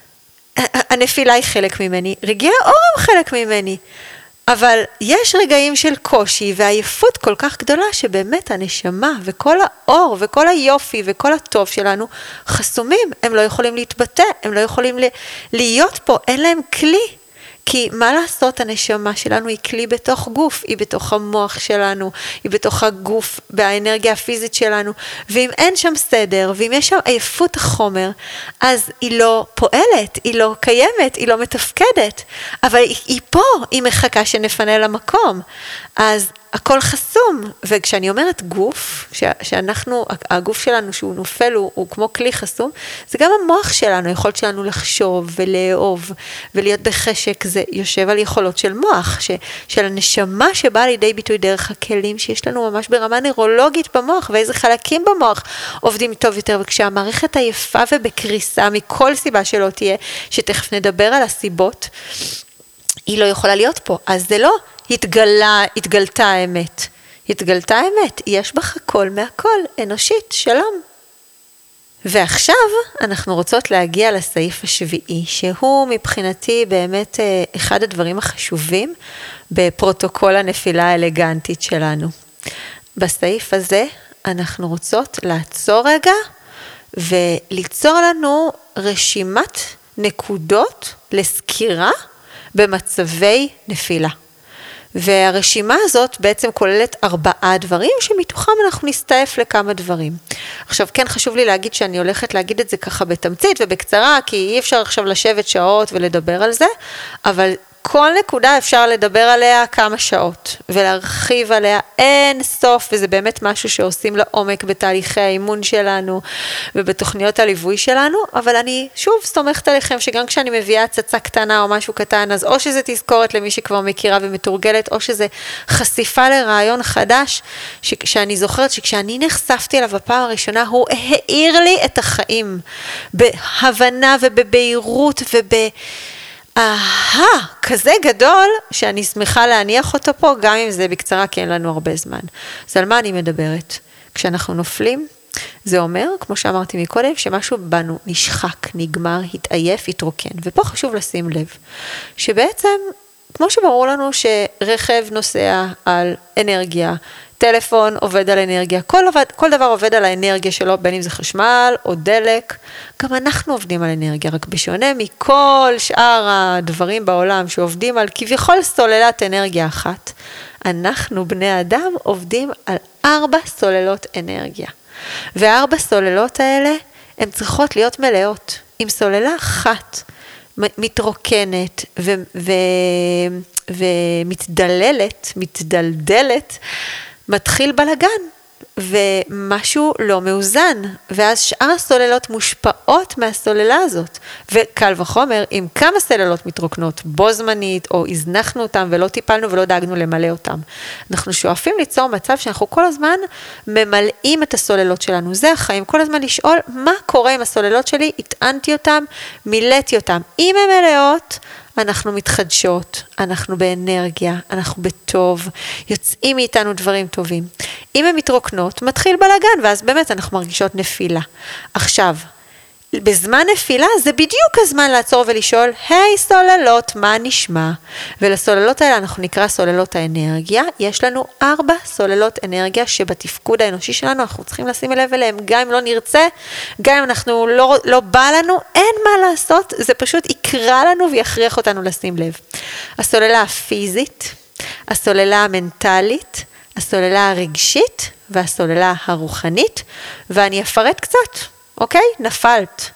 הנפילה היא חלק ממני, רגעי האור הם חלק ממני. אבל יש רגעים של קושי והעייפות כל כך גדולה שבאמת הנשמה וכל האור וכל היופי וכל הטוב שלנו חסומים, הם לא יכולים להתבטא, הם לא יכולים להיות פה, אין להם כלי. כי מה לעשות, הנשמה שלנו היא כלי בתוך גוף, היא בתוך המוח שלנו, היא בתוך הגוף, באנרגיה הפיזית שלנו, ואם אין שם סדר, ואם יש שם עייפות החומר, אז היא לא פועלת, היא לא קיימת, היא לא מתפקדת, אבל היא, היא פה, היא מחכה שנפנה למקום, אז הכל חסום, וכשאני אומרת גוף, ש- שאנחנו, הגוף שלנו שהוא נופל, הוא, הוא כמו כלי חסום, זה גם המוח שלנו, היכולת שלנו לחשוב ולאהוב ולהיות בחשק, זה יושב על יכולות של מוח, ש- של הנשמה שבאה לידי ביטוי דרך הכלים שיש לנו ממש ברמה נוירולוגית במוח, ואיזה חלקים במוח עובדים טוב יותר, וכשהמערכת עייפה ובקריסה מכל סיבה שלא תהיה, שתכף נדבר על הסיבות, היא לא יכולה להיות פה, אז זה לא התגלה, התגלתה האמת. התגלתה האמת, יש בך הכל מהכל, אנושית, שלום. ועכשיו אנחנו רוצות להגיע לסעיף השביעי, שהוא מבחינתי באמת אחד הדברים החשובים בפרוטוקול הנפילה האלגנטית שלנו. בסעיף הזה אנחנו רוצות לעצור רגע וליצור לנו רשימת נקודות לסקירה במצבי נפילה. והרשימה הזאת בעצם כוללת ארבעה דברים, שמתוכם אנחנו נסתעף לכמה דברים. עכשיו, כן חשוב לי להגיד שאני הולכת להגיד את זה ככה בתמצית ובקצרה, כי אי אפשר עכשיו לשבת שעות ולדבר על זה, אבל כל נקודה אפשר לדבר עליה כמה שעות, ולהרחיב עליה אין סוף, וזה באמת משהו שעושים לעומק בתהליכי האימון שלנו, ובתוכניות הליווי שלנו, אבל אני שוב סומכת עליכם, שגם כשאני מביאה צצה קטנה או משהו קטן, אז או שזה תזכורת למי שכבר מכירה ומתורגלת, או שזה חשיפה לרעיון חדש, שאני זוכרת שכשאני נחשפתי אליו בפעם הראשונה, הוא העיר לי את החיים, בהבנה ובבהירות וב... אהה, כזה גדול שאני שמחה להניח אותו פה, גם אם זה בקצרה, כי אין לנו הרבה זמן. אז על מה אני מדברת? כשאנחנו נופלים, זה אומר, כמו שאמרתי מקודם, שמשהו בנו נשחק, נגמר, התעייף, התרוקן. ופה חשוב לשים לב, שבעצם כמו שברור לנו שרכב נוסע על אנרגיה, טלפון עובד על אנרגיה, כל, עובד, כל דבר עובד על האנרגיה שלו, בין אם זה חשמל או דלק, גם אנחנו עובדים על אנרגיה, רק בשונה מכל שאר הדברים בעולם שעובדים על כביכול סוללת אנרגיה אחת, אנחנו בני אדם עובדים על ארבע סוללות אנרגיה, והארבע סוללות האלה הן צריכות להיות מלאות, עם סוללה אחת מתרוקנת ו- ו- ומתדללת, מתדלדלת, מתחיל בלגן, ומשהו לא מאוזן, ואז שאר הסוללות מושפעות מהסוללה הזאת, וקל וחומר, אם כמה סוללות מתרוקנות בו זמנית, או הזנחנו אותם ולא טיפלנו ולא דאגנו למלא אותם, אנחנו שואפים ליצור מצב שאנחנו כל הזמן ממלאים את הסוללות שלנו, זה החיים, כל הזמן לשאול מה קורה עם הסוללות שלי, התענתי אותם, מילאתי אותם, אם הן מלאות, אנחנו מתחדשות, אנחנו באנרגיה, אנחנו בטוב, יוצאים מאיתנו דברים טובים. אם הן מתרוקנות, מתחיל בלגן, ואז באמת אנחנו מרגישות נפילה. עכשיו, בזמן נפילה זה בדיוק הזמן לעצור ולשאול, היי סוללות, מה נשמע? ולסוללות האלה אנחנו נקרא סוללות האנרגיה, יש לנו ארבע סוללות אנרגיה שבתפקוד האנושי שלנו אנחנו צריכים לשים לב אליהם, גם אם לא נרצה, גם אם אנחנו לא, לא בא לנו, אין מה לעשות, זה פשוט יקרא לנו ויכריח אותנו לשים לב. הסוללה הפיזית, הסוללה המנטלית, הסוללה הרגשית והסוללה הרוחנית, ואני אפרט קצת. אוקיי? נפלת.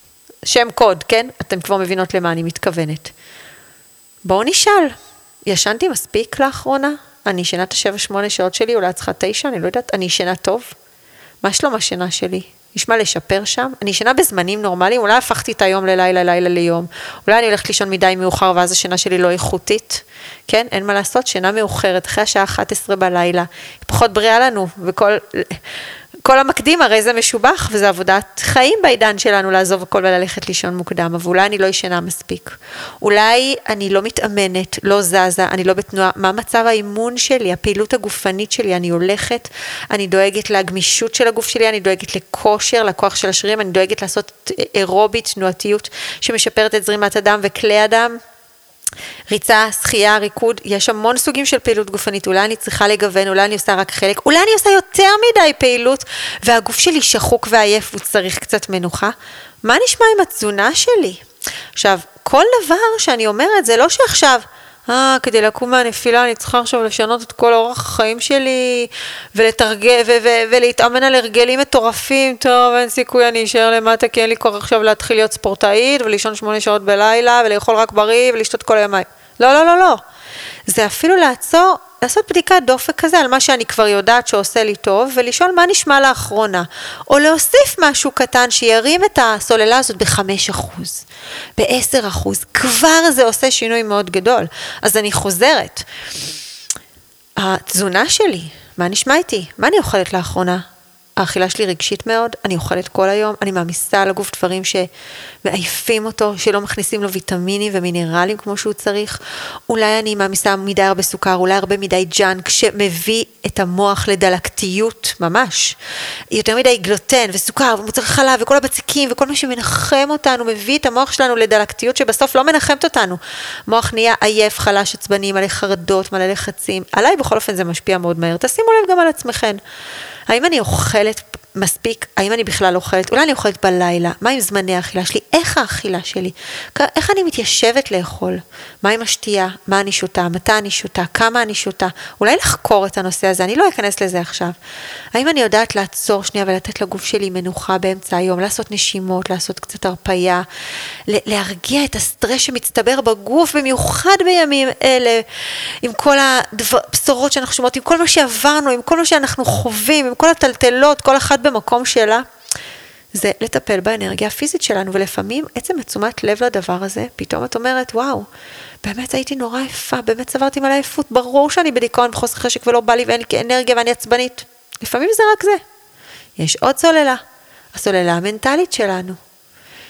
שם קוד, כן? אתם כבר מבינות למה אני מתכוונת. בואו נשאל. ישנתי מספיק לאחרונה? אני ישנה את השבע שמונה שעות שלי, אולי צריכה תשע, אני לא יודעת, אני ישנה טוב? מה שלום השינה שלי? נשמע לשפר שם? אני ישנה בזמנים נורמליים, אולי הפכתי את היום ללילה, לילה ליום. אולי אני הולכת לישון מדי מאוחר, ואז השינה שלי לא איכותית. כן? אין מה לעשות, שינה מאוחרת, אחרי השעה אחת עשרה בלילה. פחות בריאה לנו, וכל... כל המקדים הרי זה משובח, וזה עבודת חיים בעידן שלנו, לעזוב הכל וללכת לישון מוקדם, אבל אולי אני לא ישנה מספיק. אולי אני לא מתאמנת, לא זזה, אני לא בתנועה, מה מצב האימון שלי, הפעילות הגופנית שלי, אני הולכת, אני דואגת לגמישות של הגוף שלי, אני דואגת לכושר, לכוח של השרירים, אני דואגת לעשות אירובית, תנועתיות, שמשפרת את זרימת הדם וכלי הדם, ריצה, שחייה, ריקוד, יש המון סוגים של פעילות גופנית, אולי אני צריכה לגוון, אולי אני עושה רק חלק, אולי אני עושה יותר מדי פעילות, והגוף שלי שחוק ועייף, הוא צריך קצת מנוחה. מה נשמע עם התזונה שלי? עכשיו, כל דבר שאני אומרת, זה לא שעכשיו, אה, כדי לקום מהנפילה, אני צריכה עכשיו לשנות את כל אורח החיים שלי, ולתרגל, ו- ו- ולהתאמן על הרגלים מטורפים, טוב, אין סיכוי, אני אשאר למטה, כי אין לי כוח עכשיו להתחיל להיות ספורטאית, ולישון שמונה שעות בלילה, ולאכול רק בריא, ולשתות כל הימי. לא, לא, לא, לא. זה אפילו לעצור, לעשות בדיקת דופק כזה, על מה שאני כבר יודעת שעושה לי טוב, ולשאול מה נשמע לאחרונה, או להוסיף משהו קטן, שירים את הסוללה הזאת ב-חמישה אחוז, ב-עשרה אחוז, כבר זה עושה שינוי מאוד גדול. אז אני חוזרת. התזונה שלי, מה נשמע איתי? מה אני אוכלת לאחרונה? האכילה שלי רגשית מאוד, אני אוכלת כל היום, אני מעמיסה על הגוף דברים שמעייפים אותו, שלא מכניסים לו ויטמינים ומינרלים כמו שהוא צריך, אולי אני מעמיסה מדי הרבה סוכר, אולי הרבה מדי ג'אנק, שמביא את המוח לדלקתיות ממש, יותר מדי גלוטן וסוכר ומוצר חלב וכל הבציקים וכל מה שמנחם אותנו, מביא את המוח שלנו לדלקתיות שבסוף לא מנחמת אותנו, מוח נהיה עייף, חלש, עצבני, מלא חרדות, מלא לחצים, עליי בכל אופן זה משפיע מאוד מהר, תשימו לב גם על עצמכם. האם אני אוכלת מספיק? האם אני בכלל אוכלת? אולי אני אוכלת בלילה? מה עם זמני האכילה שלי? איך האכילה שלי? איך אני מתיישבת לאכול? מה עם השתייה? מה אני שותה? מתי אני שותה? כמה אני שותה? אולי לחקור את הנושא הזה, אני לא אכנס לזה עכשיו. האם אני יודעת לעצור שנייה ולתת לגוף שלי מנוחה באמצע היום, לעשות נשימות, לעשות קצת הרפיה, להרגיע את הסטרס שמצטבר בגוף, במיוחד בימים אלה, עם כל הבשורות שאנחנו שומעות, עם כל מה שעברנו, עם כל מה שאנחנו חווים, עם כל הטלטלות, כל אחד במקום שלה, זה לטפל באנרגיה הפיזית שלנו, ולפעמים עצם תשומת לב לדבר הזה, פתאום את אומרת, וואו, באמת הייתי נורא יפה, באמת סברתי מלא עייפות, ברור שאני בדיכאון, בחוסר חשק ולא בא לי ואין לי אנרגיה ואני עצבנית. לפעמים זה רק זה. יש עוד סוללה, הסוללה המנטלית שלנו.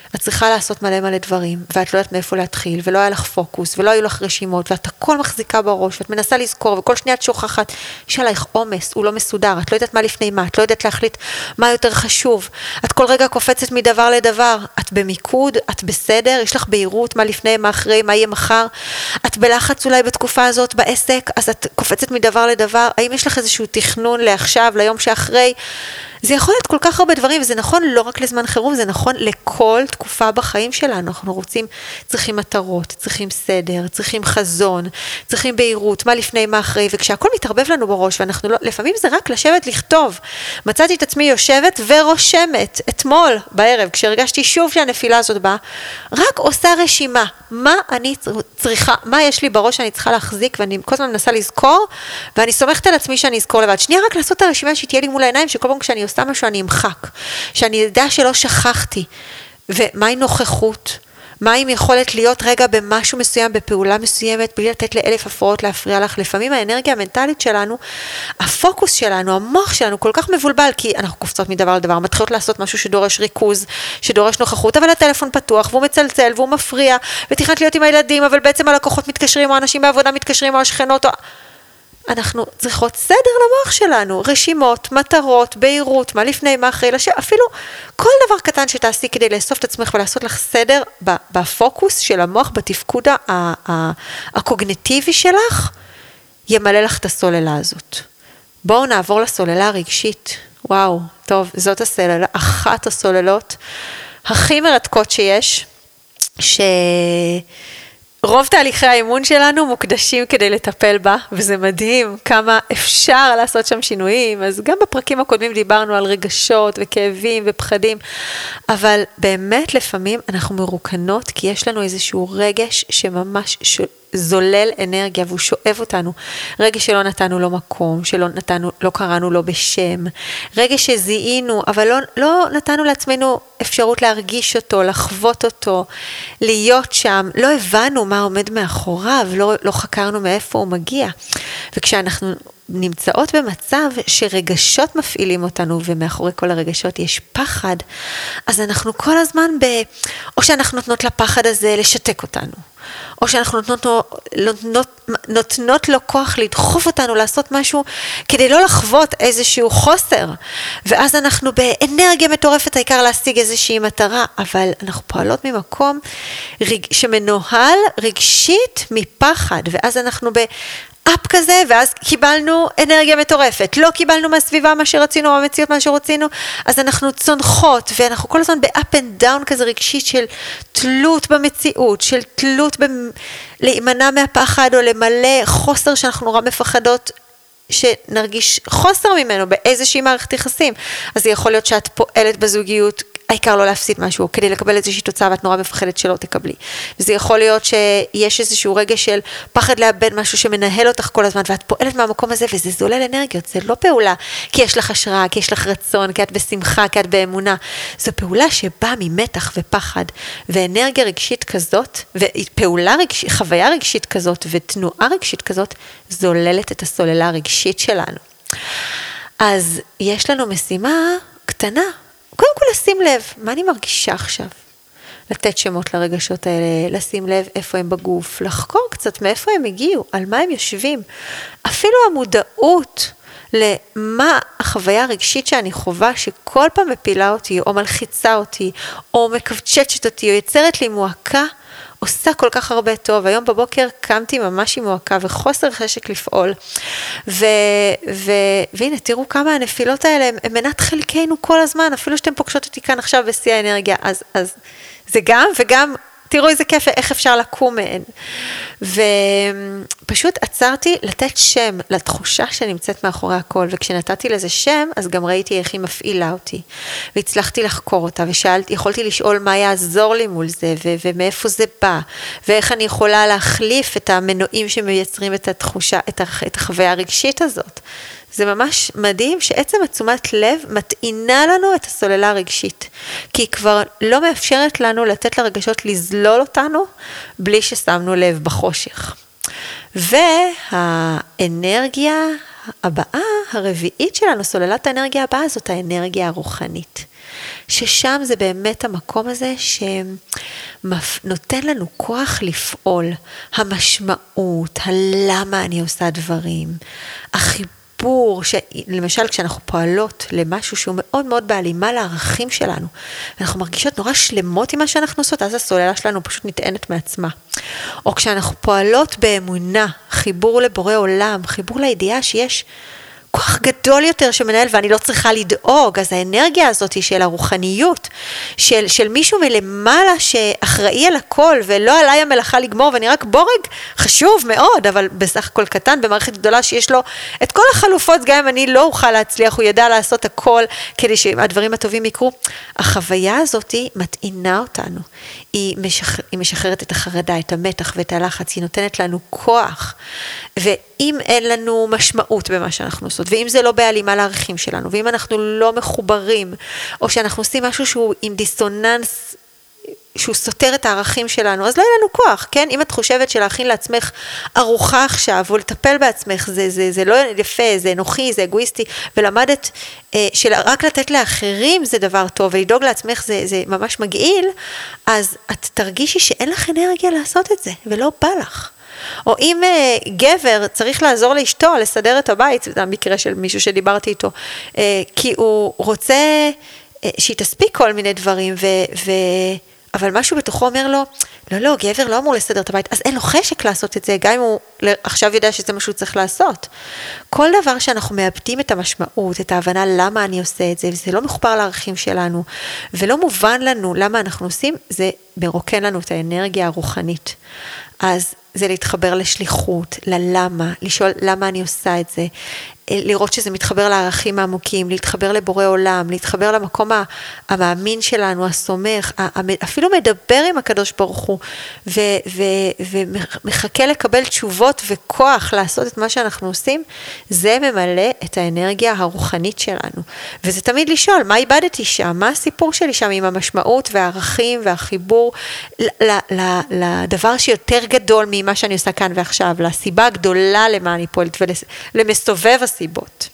את צריכה לעשות מלא מלא דברים, ואת לא יודעת מאיפה להתחיל, ולא היה לך פוקוס, ולא היו לך רשימות, ואת הכל מחזיקה בראש, ואת מנסה לזכור, וכל שנייה את שוכחת, יש עלייך עומס, הוא לא מסודר, את לא יודעת מה לפני מה, את לא יודעת להחליט מה יותר חשוב, את כל רגע קופצת מדבר לדבר, את במיקוד, את בסדר, יש לך בהירות, מה לפני, מה אחרי, מה יהיה מחר, את בלחץ אולי בתקופה הזאת בעסק, אז את קופצת מדבר לדבר, האם יש לך איזשהו תכנון לעכשיו, ליום שאחרי, זה יכול להיות כל כך הרבה דברים, וזה נכון לא רק לזמן חירום, זה נכון לכל תקופה בחיים שלנו. אנחנו רוצים, צריכים מטרות, צריכים סדר, צריכים חזון, צריכים בהירות, מה לפני, מה אחרי, וכשהכל מתערבב לנו בראש, ואנחנו לא, לפעמים זה רק לשבת לכתוב. מצאתי את עצמי יושבת ורושמת, אתמול בערב, כשהרגשתי שוב שהנפילה הזאת באה, רק עושה רשימה, מה אני צריכה, מה יש לי בראש שאני צריכה להחזיק, ואני כל הזמן מנסה לזכור, ואני סומכת על עצמי שאני אזכור לבד. שנייה רק לעשות את הרשימה שתהיה לי מול העיניים, שכל פעם כשאני עושה משהו אני אמחק, שאני יודע שלא שכחתי, ומהי נוכחות, מה אם יכולת להיות רגע במשהו מסוים, בפעולה מסוימת, בלי לתת לאלף הפרעות להפריע לך. לפעמים האנרגיה המנטלית שלנו, הפוקוס שלנו, המוח שלנו כל כך מבולבל, כי אנחנו קופצות מדבר לדבר, מתחילות לעשות משהו שדורש ריכוז, שדורש נוכחות, אבל הטלפון פתוח, והוא מצלצל, והוא מפריע, ותכנת להיות עם הילדים, אבל בעצם הלקוחות מתקשרים, או אנשים בעבודה מתקשרים, או השכנות, או... אנחנו צריכות סדר למוח שלנו, רשימות, מטרות, בהירות, מה לפני, מה אחרי, לש... אפילו כל דבר קטן שתעשי כדי לאסוף את עצמך ולעשות לך סדר בפוקוס של המוח, בתפקוד הקוגניטיבי שלך, ימלא לך את הסוללה הזאת. בואו נעבור לסוללה הרגשית. וואו, טוב, זאת הסוללה, אחת הסוללות הכי מרתקות שיש, ש... רוב תהליכי האימון שלנו מוקדשים כדי לטפל בה, וזה מדהים כמה אפשר לעשות שם שינויים. אז גם בפרקים הקודמים דיברנו על רגשות וכאבים ופחדים, אבל באמת לפעמים אנחנו מרוקנות, כי יש לנו איזשהו רגש שממש ש... זולל אנרגיה, והוא שואב אותנו. רגע שלא נתנו לו מקום, שלא נתנו, לא קראנו לו בשם. רגע שזיהינו, אבל לא, לא נתנו לעצמנו אפשרות להרגיש אותו, לחוות אותו, להיות שם. לא הבנו מה עומד מאחוריו, לא, לא חקרנו מאיפה הוא מגיע. וכשאנחנו נמצאות במצב שרגשות מפעילים אותנו, ומאחורי כל הרגשות יש פחד, אז אנחנו כל הזמן ב... או שאנחנו נותנות לפחד הזה לשתק אותנו, או שאנחנו נותנות, נותנות, נותנות לו כוח לדחוף אותנו לעשות משהו, כדי לא לחוות איזשהו חוסר, ואז אנחנו באנרגיה מטורפת, העיקר להשיג איזושהי מטרה, אבל אנחנו פועלות ממקום רג... שמנוהל רגשית מפחד, ואז אנחנו ב... אפ כזה, ואז קיבלנו אנרגיה מטורפת, לא קיבלנו מהסביבה מה שרצינו, או מהמציאות מה שרצינו, אז אנחנו צונחות, ואנחנו כל הזמן ב-up and down כזה רגשית של תלות במציאות, של תלות ב... להימנע מהפחד, או למלא חוסר שאנחנו נורא מפחדות, שנרגיש חוסר ממנו באיזושהי מערכת יחסים. אז זה יכול להיות שאת פועלת בזוגיות, העיקר לא להפסיד משהו, כדי לקבל איזושהי תוצאה, ואת נורא מפחדת שלא תקבלי. וזה יכול להיות שיש איזשהו רגע של פחד לאבד משהו שמנהל אותך כל הזמן, ואת פועלת מהמקום הזה, וזה זולל אנרגיות, זה לא פעולה, כי יש לך השראה, כי יש לך רצון, כי את בשמחה, כי את באמונה. זו פעולה שבאה ממתח ופחד, ואנרגיה רגשית כזאת, ופעולה רגשית, חוויה רגשית כזאת, ותנועה רגשית כזאת, זוללת את הסוללה הרגשית שלנו. אז יש לנו משימה קטנה, קודם כל לשים לב, מה אני מרגישה עכשיו? לתת שמות לרגשות האלה, לשים לב איפה הם בגוף, לחקור קצת מאיפה הם הגיעו, על מה הם יושבים. אפילו המודעות למה החוויה הרגשית שאני חווה, שכל פעם מפילה אותי, או מלחיצה אותי, או מקבצ'צ'ת אותי, או יצרת לי מועקה, עושה כל כך הרבה טוב. היום בבוקר קמתי ממש עם מועקה וחוסר חשק לפעול. ו, ו, והנה, תראו כמה הנפילות האלה הם מנת חלקנו כל הזמן, אפילו שאתם פוגשות אותי כאן עכשיו בשיא האנרגיה. אז, אז זה גם, וגם תראו איזה כיף, איך אפשר לקום מהן. ופשוט עצרתי לתת שם לתחושה שנמצאת מאחורי הכל, וכשנתתי לזה שם, אז גם ראיתי איך היא מפעילה אותי, והצלחתי לחקור אותה, ושאלתי, יכולתי לשאול מה יעזור לי מול זה, ו- ומאיפה זה בא, ואיך אני יכולה להחליף את המנועים שמייצרים את התחושה, את, הח- את החוויה הרגשית הזאת. זה ממש מדהים שעצם התשומת לב מטעינה לנו את הסוללה הרגשית, כי היא כבר לא מאפשרת לנו לתת לרגשות לזלול אותנו, בלי ששמנו לב בחושך. והאנרגיה הבאה, הרביעית שלנו, סוללת האנרגיה הבאה, זאת האנרגיה הרוחנית. ששם זה באמת המקום הזה שנותן לנו כוח לפעול, המשמעות, הלמה אני עושה דברים, החיבור, למשל כשאנחנו פועלות למשהו שהוא מאוד מאוד בהלימה לערכים שלנו, אנחנו מרגישות נורא שלמות עם מה שאנחנו עושות, אז הסוללה שלנו פשוט נטענת מעצמה. או כשאנחנו פועלות באמונה, חיבור לבורא עולם, חיבור לידיעה שיש כוח גדול יותר שמנהל ואני לא צריכה לדאוג, אז האנרגיה הזאת של הרוחניות, של, של מישהו מלמעלה שאחראי על הכל ולא עליי המלאכה לגמור ואני רק בורג, חשוב מאוד, אבל בסך הכל קטן במערכת גדולה שיש לו את כל החלופות, גם אם אני לא אוכל להצליח, הוא ידע לעשות הכל כדי שהדברים הטובים יקרו. החוויה הזאת מטעינה אותנו, היא, משח... היא משחררת את החרדה, את המתח ואת הלחץ, היא נותנת לנו כוח, ואם אין לנו משמעות במה שאנחנו עושות, ואם זה לא בהלימה לערכים שלנו, ואם אנחנו לא מחוברים, או שאנחנו עושים משהו שהוא עם דיסוננס, שהוא סותר את הערכים שלנו, אז לא יהיה לנו כוח, כן? אם את חושבת שלהכין לעצמך ארוחה עכשיו, או לטפל בעצמך, זה, זה, זה לא יפה, זה נוחי, זה אגואיסטי, ולמדת אה, שרק לתת לאחרים זה דבר טוב, ולדאוג לעצמך זה, זה ממש מגעיל, אז את תרגישי שאין לך אנרגיה לעשות את זה, ולא בא לך. או אם uh, גבר צריך לעזור לאשתו לסדר את הבית, זה המקרה של מישהו שדיברתי איתו, uh, כי הוא רוצה uh, שהיא תספיק כל מיני דברים, ו, ו, אבל משהו בתוכו אומר לו, לא, לא, גבר לא אמור לסדר את הבית, אז אין לו חשק לעשות את זה, גם אם הוא עכשיו יודע שזה מה שהוא צריך לעשות. כל דבר שאנחנו מאבדים את המשמעות, את ההבנה למה אני עושה את זה, וזה לא מחובר לערכים שלנו, ולא מובן לנו למה אנחנו עושים, זה מרוקן לנו את האנרגיה הרוחנית. אז זה להתחבר לשליחות, ללמה, לשאול למה אני עושה את זה, לראות שזה מתחבר לערכים העמוקים, להתחבר לבורא עולם, להתחבר למקום המאמין שלנו, הסומך, אפילו מדבר עם הקדוש ברוך הוא, ו- ו- ומחכה לקבל תשובות וכוח לעשות את מה שאנחנו עושים, זה ממלא את האנרגיה הרוחנית שלנו. וזה תמיד לשאול, מה איבדתי שם? מה הסיפור שלי שם עם המשמעות והערכים והחיבור לדבר שיותר גדול ממה שאני עושה כאן ועכשיו, לסיבה הגדולה למה אני פועלת ולמסובב הסיבות.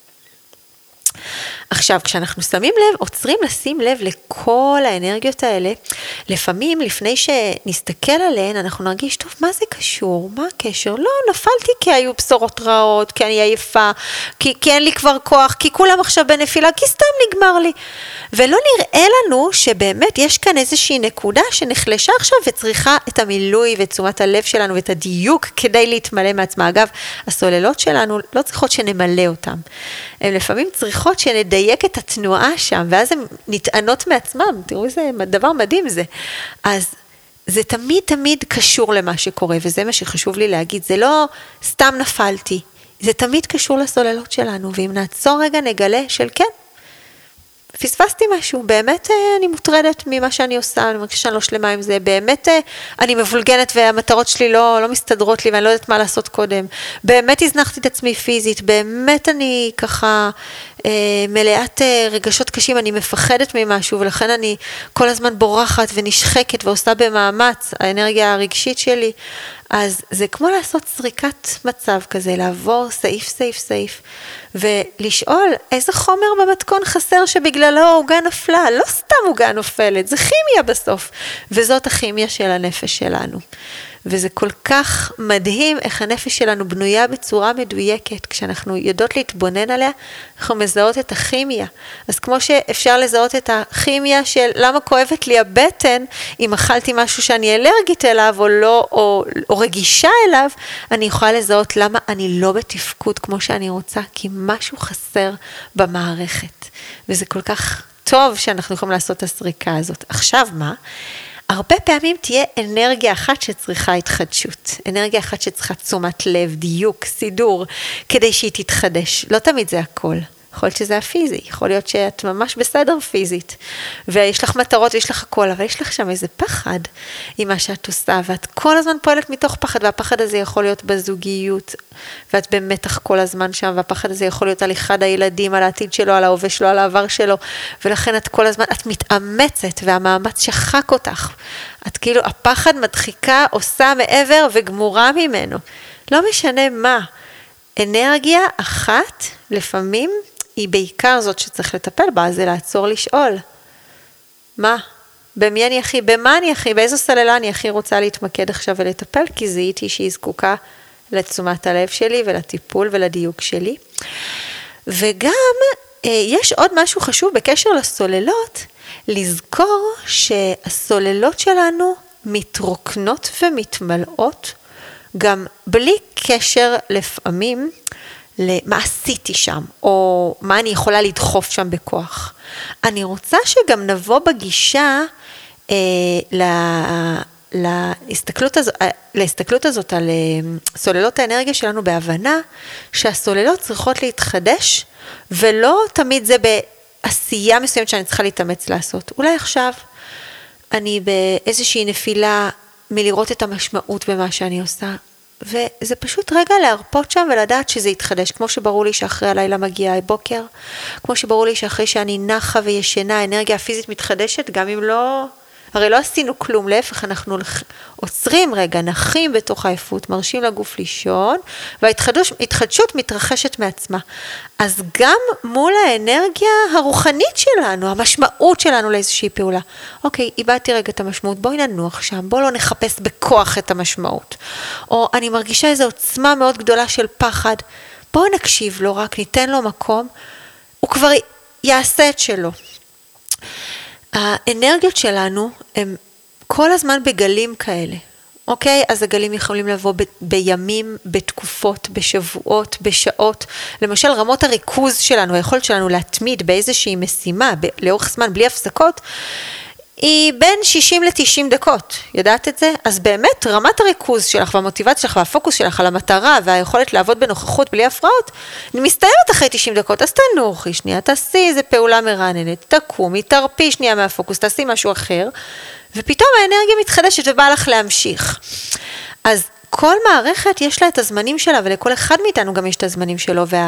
עכשיו, כשאנחנו שמים לב, עוצרים לשים לב לכל האנרגיות האלה, לפעמים לפני שנסתכל עליהן, אנחנו נרגיש, טוב, מה זה קשור? מה הקשר? לא, נפלתי כי היו בשורות רעות, כי אני עייפה, כי, כי אין לי כבר כוח, כי כולם עכשיו בנפילה, כי סתם נגמר לי. ולא נראה לנו שבאמת יש כאן איזושהי נקודה שנחלשה עכשיו וצריכה את המילוי ואת תשומת הלב שלנו ואת הדיוק כדי להתמלא מעצמה. אגב, הסוללות שלנו לא צריכות שנמלא אותם. הן לפעמים צריכות שנדייק את התנועה שם, ואז הן נטענות מעצמם. תראו איזה דבר מדהים זה. אז זה תמיד תמיד קשור למה שקורה, וזה מה שחשוב לי להגיד. זה לא סתם נפלתי, זה תמיד קשור לסוללות שלנו, ואם נעצור רגע נגלה של כן, פספסתי משהו, באמת אני מוטרדת ממה שאני עושה, אני מרגישה שאני לא שלמה עם זה, באמת אני מבולגנת והמטרות שלי לא, לא מסתדרות לי ואני לא יודעת מה לעשות קודם, באמת הזנחתי את עצמי פיזית, באמת אני ככה אה, מלאת אה, רגשות קשים, אני מפחדת ממשהו ולכן אני כל הזמן בורחת ונשחקת ועושה במאמץ, האנרגיה הרגשית שלי, אז זה כמו לעשות סריקת מצב כזה, לעבור סעיף סעיף סעיף, ולשאול איזה חומר במתכון חסר שבגללו העוגה נפלה, לא סתם עוגה נופלת, זה כימיה בסוף, וזאת הכימיה של הנפש שלנו. וזה כל כך מדהים איך הנפש שלנו בנויה בצורה מדויקת, כשאנחנו יודעות להתבונן עליה, אנחנו מזהות את הכימיה. אז כמו שאפשר לזהות את הכימיה של למה כואבת לי הבטן, אם אכלתי משהו שאני אלרגית אליו או, לא, או, או רגישה אליו, אני יכולה לזהות למה אני לא בתפקוד כמו שאני רוצה, כי משהו חסר במערכת. וזה כל כך טוב שאנחנו יכולים לעשות את הסריקה הזאת. עכשיו מה? הרבה פעמים תהיה אנרגיה אחת שצריכה התחדשות, אנרגיה אחת שצריכה תשומת לב, דיוק, סידור, כדי שהיא תתחדש. לא תמיד זה הכל. יכול להיות שזה הפיזי, יכול להיות שאת ממש בסדר פיזית, ויש לך מטרות ויש לך הכל, אבל יש לך שם איזה פחד עם מה שאת עושה, ואת כל הזמן פועלת מתוך פחד, והפחד הזה יכול להיות בזוגיות, ואת במתח כל הזמן שם, והפחד הזה יכול להיות על אחד הילדים, על העתיד שלו, על ההווה שלו, על העבר שלו, ולכן את כל הזמן, את מתאמצת, והמאמץ שחק אותך. את כאילו, הפחד מדחיקה, עושה מעבר וגמורה ממנו. לא משנה מה. אנרגיה אחת, לפעמים, היא בעיקר זאת שצריך לטפל בה, זה לעצור לשאול. מה? במי אני הכי, במה אני הכי, באיזו סוללה אני הכי רוצה להתמקד עכשיו ולטפל, כי זיהיתי שהיא זקוקה לתשומת הלב שלי ולטיפול ולדיוק שלי. וגם יש עוד משהו חשוב בקשר לסוללות, לזכור שהסוללות שלנו מתרוקנות ומתמלאות, גם בלי קשר לפעמים למה עשיתי שם, או מה אני יכולה לדחוף שם בכוח. אני רוצה שגם נבוא בגישה אה, לה, להסתכלות, הזו, להסתכלות הזאת על סוללות האנרגיה שלנו בהבנה, שהסוללות צריכות להתחדש, ולא תמיד זה בעשייה מסוימת שאני צריכה להתאמץ לעשות. אולי עכשיו אני באיזושהי נפילה מלראות את המשמעות במה שאני עושה, וזה פשוט רגע להרפות שם ולדעת שזה יתחדש, כמו שברור לי שאחרי הלילה מגיע הבוקר, כמו שברור לי שאחרי שאני נחה וישנה, האנרגיה הפיזית מתחדשת, גם אם לא, הרי לא עשינו כלום, להפך, אנחנו עוצרים רגע, נחים בתוך העייפות, מרשים לגוף לישון, וההתחדשות מתרחשת מעצמה. אז גם מול האנרגיה הרוחנית שלנו, המשמעות שלנו לאיזושהי פעולה. אוקיי, איבדתי רגע את המשמעות, בואי ננוח שם, בואו לא נחפש בכוח את המשמעות. או אני מרגישה איזו עוצמה מאוד גדולה של פחד, בואו נקשיב לו, רק ניתן לו מקום, הוא כבר יעשה את שלו. האנרגיות שלנו הם כל הזמן בגלים כאלה, אוקיי? אז הגלים יכולים לבוא ב- בימים, בתקופות, בשבועות, בשעות. למשל, רמות הריכוז שלנו, היכולת שלנו להתמיד באיזושהי משימה, ב- לאורך זמן, בלי הפסקות, היא בין שישים לתשעים דקות, ידעת את זה? אז באמת רמת הריכוז שלך והמוטיבציה שלך והפוקוס שלך על המטרה והיכולת לעבוד בנוכחות בלי הפרעות, מסתיימת אחרי תשעים דקות, אז תנוחי שנייה, תעשי איזה פעולה מרעננת, תקומי, תרפי שנייה מהפוקוס, תעשי משהו אחר, ופתאום האנרגיה מתחדשת ובא לך להמשיך. אז כל מערכת יש לה את הזמנים שלה, ולכל אחד מאיתנו גם יש את הזמנים שלו, וה...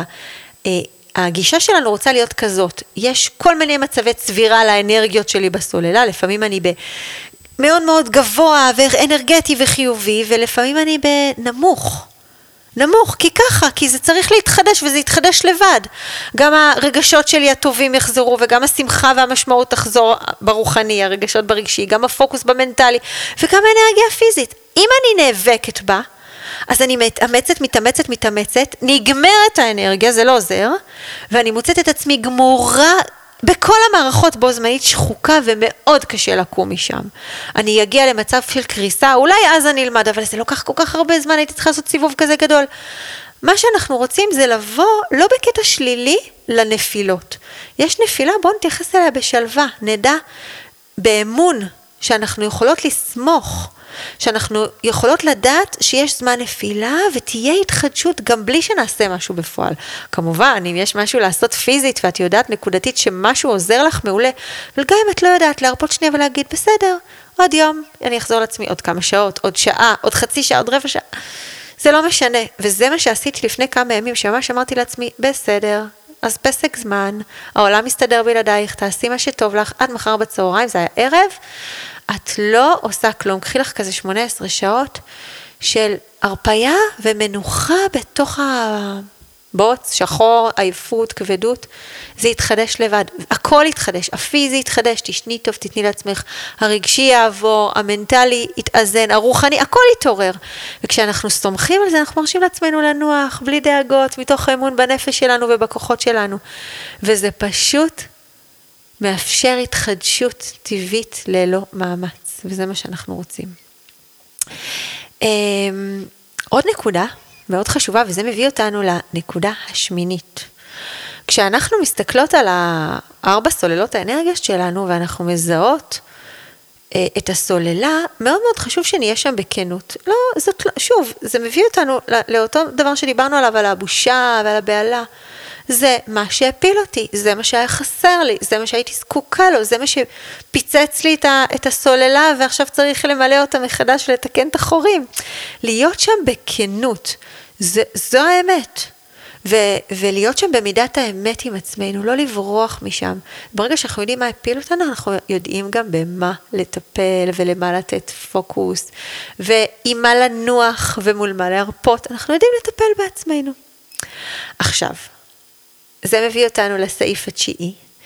הגישה שלנו רוצה להיות כזאת, יש כל מיני מצבי צבירה לאנרגיות שלי בסוללה, לפעמים אני מאוד מאוד גבוה ואנרגטי וחיובי, ולפעמים אני בנמוך, נמוך, כי ככה, כי זה צריך להתחדש וזה יתחדש לבד. גם הרגשות שלי הטובים יחזרו, וגם השמחה והמשמעות תחזור ברוחני, הרגשות ברגשי, גם הפוקוס במנטלי, וגם האנרגיה הפיזית. אם אני נאבקת בה, אז אני מתאמצת, מתאמצת, מתאמצת, נגמרת האנרגיה, זה לא עוזר, ואני מוצאת את עצמי גמורה בכל המערכות בו זמנית שחוקה ומאוד קשה לקום משם. אני אגיע למצב של קריסה, אולי אז אני אלמד, אבל זה לוקח כל כך הרבה זמן, הייתי צריכה לעשות סיבוב כזה גדול. מה שאנחנו רוצים זה לבוא, לא בקטע שלילי, לנפילות. יש נפילה, בואו נתייחס אליה בשלווה, נדע באמון שאנחנו יכולות לסמוך, שאנחנו יכולות לדעת שיש זמן נפילה ותהיה התחדשות גם בלי שנעשה משהו בפועל. כמובן, אם יש משהו לעשות פיזית ואת יודעת נקודתית שמשהו עוזר לך מעולה, אבל גם אם את לא יודעת להרפות שנייה ולהגיד בסדר, עוד יום אני אחזור לעצמי עוד כמה שעות, עוד שעה, עוד חצי שעה, עוד רבע שעה. זה לא משנה, וזה מה שעשיתי לפני כמה ימים, שממש אמרתי לעצמי, בסדר, אז פסק זמן, העולם מסתדר בלעדייך, תעשי מה שטוב לך, עד מחר בצהריים, זה היה ערב, את לא עושה כלום, קחי לך כזה שמונה עשרה שעות של הרפיה ומנוחה בתוך הבוץ, שחור, עייפות, כבדות, זה יתחדש לבד, הכל יתחדש, הפיזי יתחדש, תשני טוב, תתני לעצמך, הרגשי יעבור, המנטלי יתאזן, הרוחני, הכל יתעורר, וכשאנחנו סומכים על זה, אנחנו מרשים לעצמנו לנוח, בלי דאגות, מתוך האמון בנפש שלנו ובכוחות שלנו, וזה פשוט מאפשר התחדשות טבעית ללא מאמץ, וזה מה שאנחנו רוצים. עוד נקודה מאוד חשובה, וזה מביא אותנו לנקודה השמינית. כשאנחנו מסתכלות על הארבע סוללות האנרגיה שלנו, ואנחנו מזהות את הסוללה, מאוד מאוד חשוב שנהיה שם בכנות. לא, זאת לא, שוב, זה מביא אותנו לאותו דבר שדיברנו עליו, על הבושה ועל הבעלה. זה מה שהפיל אותי, זה מה שהיה חסר לי, זה מה שהייתי זקוקה לו, זה מה שפיצץ לי את הסוללה, ועכשיו צריך למלא אותה מחדש ולתקן את החורים. להיות שם בכנות, זה, זו האמת. ו, ולהיות שם במידת האמת עם עצמנו, לא לברוח משם. ברגע שאנחנו יודעים מה הפיל אותנו, אנחנו יודעים גם במה לטפל ולמה לתת פוקוס, ועם מה לנוח ומול מה להרפות, אנחנו יודעים לטפל בעצמנו. עכשיו, זה מביא אותנו לסעיף התשיעי,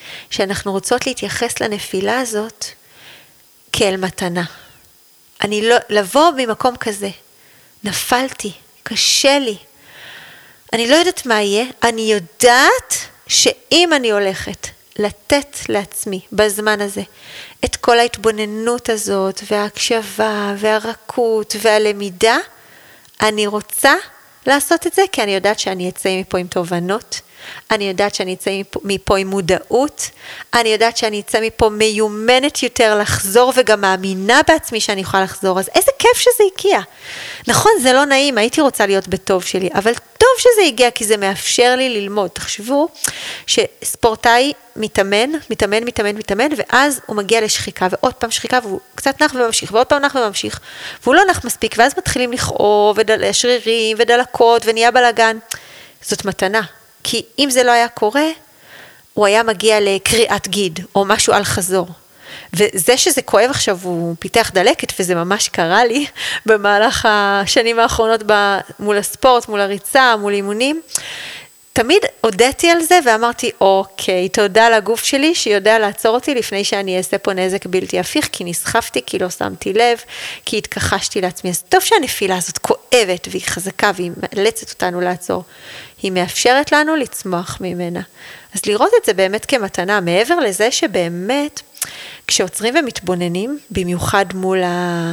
שאנחנו רוצות להתייחס לנפילה הזאת כאל מתנה. אני לא, לבוא ממקום כזה, נפלתי, קשה לי, אני לא יודעת מה יהיה, אני יודעת שאם אני הולכת לתת לעצמי בזמן הזה את כל ההתבוננות הזאת וההקשבה והרכות והלמידה, אני רוצה לעשות את זה כי אני יודעת שאני אצא מפה עם תובנות, אני יודעת שאני אצא מפה, מפה עם מודעות, אני יודעת שאני אצא מפה מיומנת יותר לחזור וגם מאמינה בעצמי שאני יכולה לחזור, אז איזה כיף שזה הגיע. נכון, זה לא נעים, הייתי רוצה להיות בטוב שלי, אבל טוב שזה הגיע כי זה מאפשר לי ללמוד. תחשבו שספורטאי מתאמן, מתאמן, מתאמן, מתאמן, ואז הוא מגיע לשחיקה, ועוד פעם שחיקה, והוא קצת נח וממשיך, ועוד פעם נח וממשיך, והוא לא נח מספיק, ואז מתחילים לכאוב, ושרירים, ודלקות, ונהיה בלגן. זאת מתנה. כי אם זה לא היה קורה, הוא היה מגיע לקריאת גיד, או משהו על חזור. וזה שזה כואב עכשיו, הוא פיתח דלקת, וזה ממש קרה לי, במהלך השנים האחרונות, מול הספורט, מול הריצה, מול אימונים, תמיד הודיתי על זה, ואמרתי, אוקיי, תודה לגוף שלי, שיודע לעצור אותי, לפני שאני אעשה פה נזק בלתי הפיך, כי נסחפתי, כי לא שמתי לב, כי התכחשתי לעצמי. אז טוב שהנפילה הזאת כואבת, והיא חזקה, והיא מאלצת אותנו לעצור. היא מאפשרת לנו לצמוח ממנה. אז לראות את זה באמת כמתנה, מעבר לזה שבאמת, כשעוצרים ומתבוננים, במיוחד מול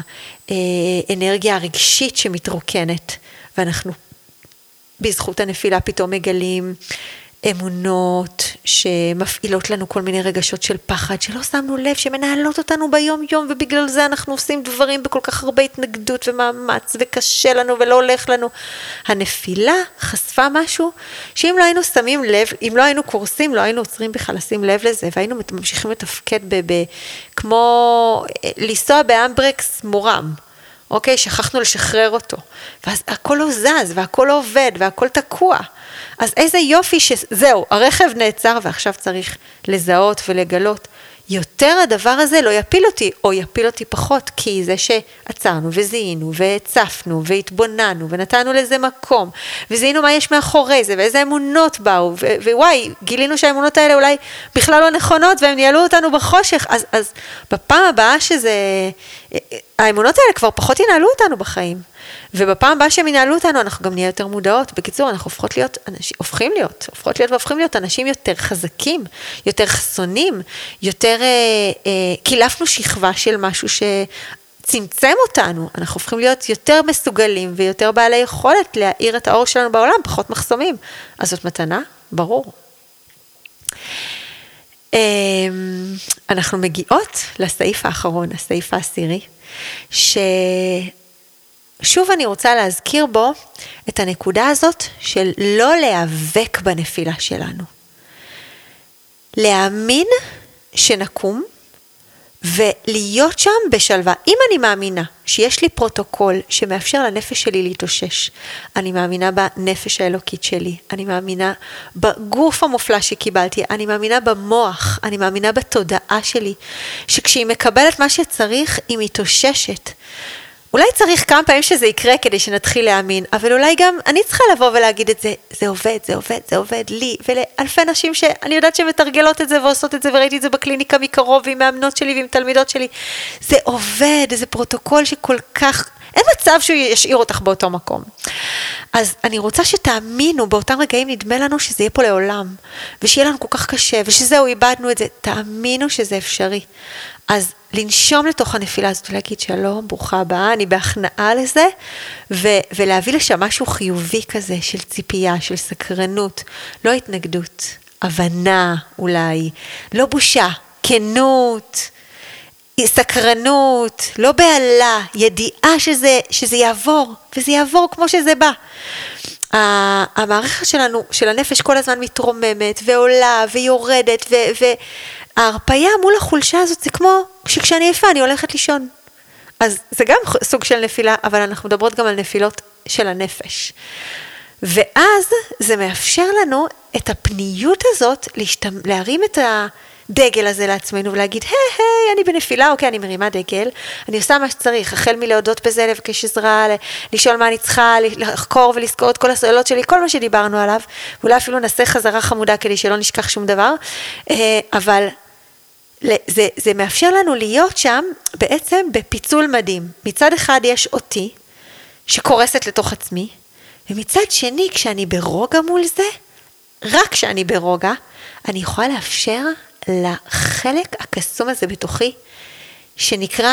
האנרגיה הרגשית שמתרוקנת, ואנחנו בזכות הנפילה פתאום מגלים אמונות שמפעילות לנו כל מיני רגשות של פחד, שלא שמנו לב, שמנהלות אותנו ביום יום, ובגלל זה אנחנו עושים דברים בכל כך הרבה התנגדות ומאמץ, וקשה לנו ולא הולך לנו. הנפילה חשפה משהו, שאם לא היינו שמים לב, אם לא היינו קורסים, לא היינו עוצרים בכלל לשים לב לזה, והיינו ממשיכים לתפקד ב- ב- כמו לנסוע באמברקס מורם, אוקיי, שכחנו לשחרר אותו, ואז הכל לא זז, והכל לא עובד, והכל תקוע. אז איזה יופי שזהו, הרכב נעצר, ועכשיו צריך לזהות ולגלות. יותר הדבר הזה לא יפיל אותי, או יפיל אותי פחות, כי זה שעצרנו וזיהינו, והצפנו, והתבוננו, ונתנו לזה מקום, וזיהינו מה יש מאחורי זה, ואיזה אמונות באו, ווואי, גילינו שהאמונות האלה אולי בכלל לא נכונות, והם ניהלו אותנו בחושך, אז, אז בפעם הבאה שזה, האמונות האלה כבר פחות ינהלו אותנו בחיים, ובפעם הבאה שהם ינהלו אותנו, אנחנו גם נהיה יותר מודעות. בקיצור, אנחנו הופכות להיות, אנשים, הופכים להיות, הופכות להיות והופכים להיות אנשים יותר חזקים, יותר חסונים, יותר, אה, אה, קילפנו שכבה של משהו שצמצם אותנו. אנחנו הופכים להיות יותר מסוגלים ויותר בעלי יכולת להאיר את האור שלנו בעולם, פחות מחסומים. אז זאת מתנה? ברור. אה, אנחנו מגיעות לסעיף האחרון, הסעיף העשירי, ש... שוב אני רוצה להזכיר בו את הנקודה הזאת של לא להיאבק בנפילה שלנו. להאמין שנקום ולהיות שם בשלווה. אם אני מאמינה שיש לי פרוטוקול שמאפשר לנפש שלי להתאושש, אני מאמינה בנפש האלוקית שלי, אני מאמינה בגוף המופלא שקיבלתי, אני מאמינה במוח, אני מאמינה בתודעה שלי, שכשהיא מקבלת מה שצריך, היא מתאוששת. אולי צריך כמה פעמים שזה יקרה כדי שנתחיל להאמין, אבל אולי גם אני צריכה לבוא ולהגיד את זה, זה עובד, זה עובד, זה עובד לי, ולאלפי נשים שאני יודעת שהן מתרגלות את זה ועושות את זה, וראיתי את זה בקליניקה מקרוב, ועם מאמנות שלי ועם תלמידות שלי, זה עובד, זה פרוטוקול שכל כך, אין מצב שהוא ישאיר אותך באותו מקום. אז אני רוצה שתאמינו, באותם רגעים נדמה לנו שזה יהיה פה לעולם, ושיהיה לנו כל כך קשה, ושזהו, איבדנו את זה, תאמינו שזה אפשרי. אז לנשום לתוך הנפילה הזאת, ולהגיד שלום, ברוכה הבאה, אני בהכנעה לזה, ו- ולהביא לשם משהו חיובי כזה, של ציפייה, של סקרנות, לא התנגדות, הבנה אולי, לא בושה, כנות, סקרנות, לא בעלה, ידיעה שזה, שזה יעבור, וזה יעבור כמו שזה בא. המערכת שלנו, של הנפש כל הזמן מתרוממת, ועולה, ויורדת, ו... ו- ההרפאיה מול החולשה הזאת זה כמו שכשאני עייפה אני הולכת לישון. אז זה גם סוג של נפילה, אבל אנחנו מדברות גם על נפילות של הנפש. ואז זה מאפשר לנו את הפניות הזאת, להשתמ... להרים את הדגל הזה לעצמנו, ולהגיד, היי, היי, אני בנפילה, אוקיי, אני מרימה דגל, אני עושה מה שצריך, החל מלהודות בזה, לבקש עזרה, לשאול מה אני צריכה, לחקור ולזכור את כל הסוללות שלי, כל מה שדיברנו עליו, ואולי אפילו נעשה חזרה חמודה, כדי שלא נשכח שום דבר, אבל זה, זה מאפשר לנו להיות שם, בעצם בפיצול מדהים. מצד אחד יש אותי, שקורסת לתוך עצמי, ומצד שני, כשאני ברוגע מול זה, רק כשאני ברוגע, אני יכולה לאפשר לחלק הקסום הזה בתוכי, שנקרא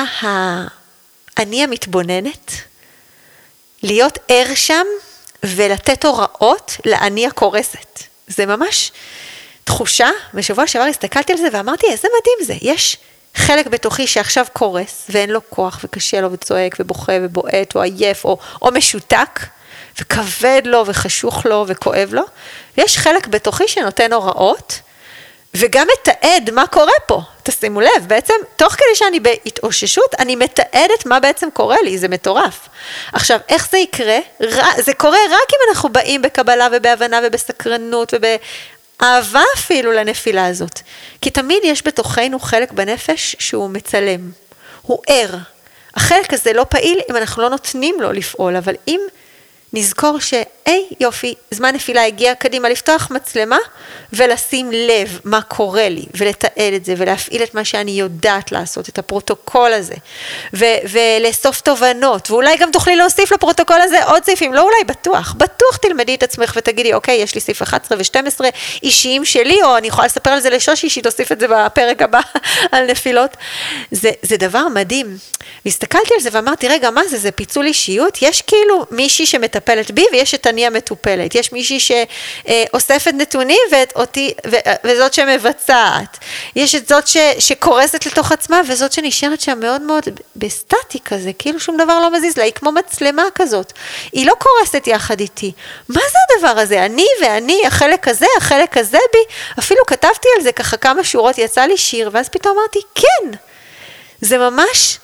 אני המתבוננת, להיות ער שם, ולתת הוראות לאני הקורסת. זה ממש תחושה, בשבוע שעבר הסתכלתי על זה, ואמרתי, איזה מדהים זה, יש חלק בתוכי שעכשיו קורס, ואין לו כוח, וקשה לו, וצועק, ובוכה, ובועט, או עייף, או, או משותק, וכבד לו, וחשוך לו, וכואב לו, ויש חלק בתוכי שנותן הוראות, וגם מתעד מה קורה פה, תשימו לב, בעצם, תוך כדי שאני בהתאוששות, אני מתעדת מה בעצם קורה לי, זה מטורף. עכשיו, איך זה יקרה? זה קורה רק אם אנחנו באים בקבלה, ובהבנה, ובסקרנות, ובאהבה אפילו לנפילה הזאת. כי תמיד יש בתוכנו חלק בנפש שהוא מצלם, הוא ער. החלק הזה לא פעיל אם אנחנו לא נותנים לו לפעול, אבל אם נזכור שהי יופי, זמן נפילה הגיע קדימה לפתוח מצלמה ולשים לב מה קורה לי ולתעד את זה ולהפעיל את מה שאני יודעת לעשות, את הפרוטוקול הזה ו- ולאסוף תובנות ואולי גם תוכלי להוסיף לפרוטוקול הזה עוד סעיפים, לא אולי בטוח, בטוח תלמדי את עצמך ותגידי אוקיי יש לי סעיף אחת עשרה ו-שתים עשרה אישיים שלי או אני יכולה לספר על זה לשושי שהיא תוסיף את זה בפרק הבא על נפילות, זה, זה דבר מדהים. והסתכלתי על זה ואמרתי רגע מה זה, זה פיצול אישיות, יש כאילו מישהי שמטפלת בי ויש את אני המטופלת, יש מישהי שאוספת נתונים ואת אותי, ו, וזאת שמבצעת, יש את זאת ש, שקורסת לתוך עצמה וזאת שנשארת שם מאוד מאוד בסטטי כזה, כאילו שום דבר לא מזיז לה, היא כמו מצלמה כזאת, היא לא קורסת יחד איתי, מה זה הדבר הזה? אני ואני, החלק הזה, החלק הזה בי, אפילו כתבתי על זה ככה כמה שורות, יצא לי שיר ואז פתאום אמרתי כן, זה ממש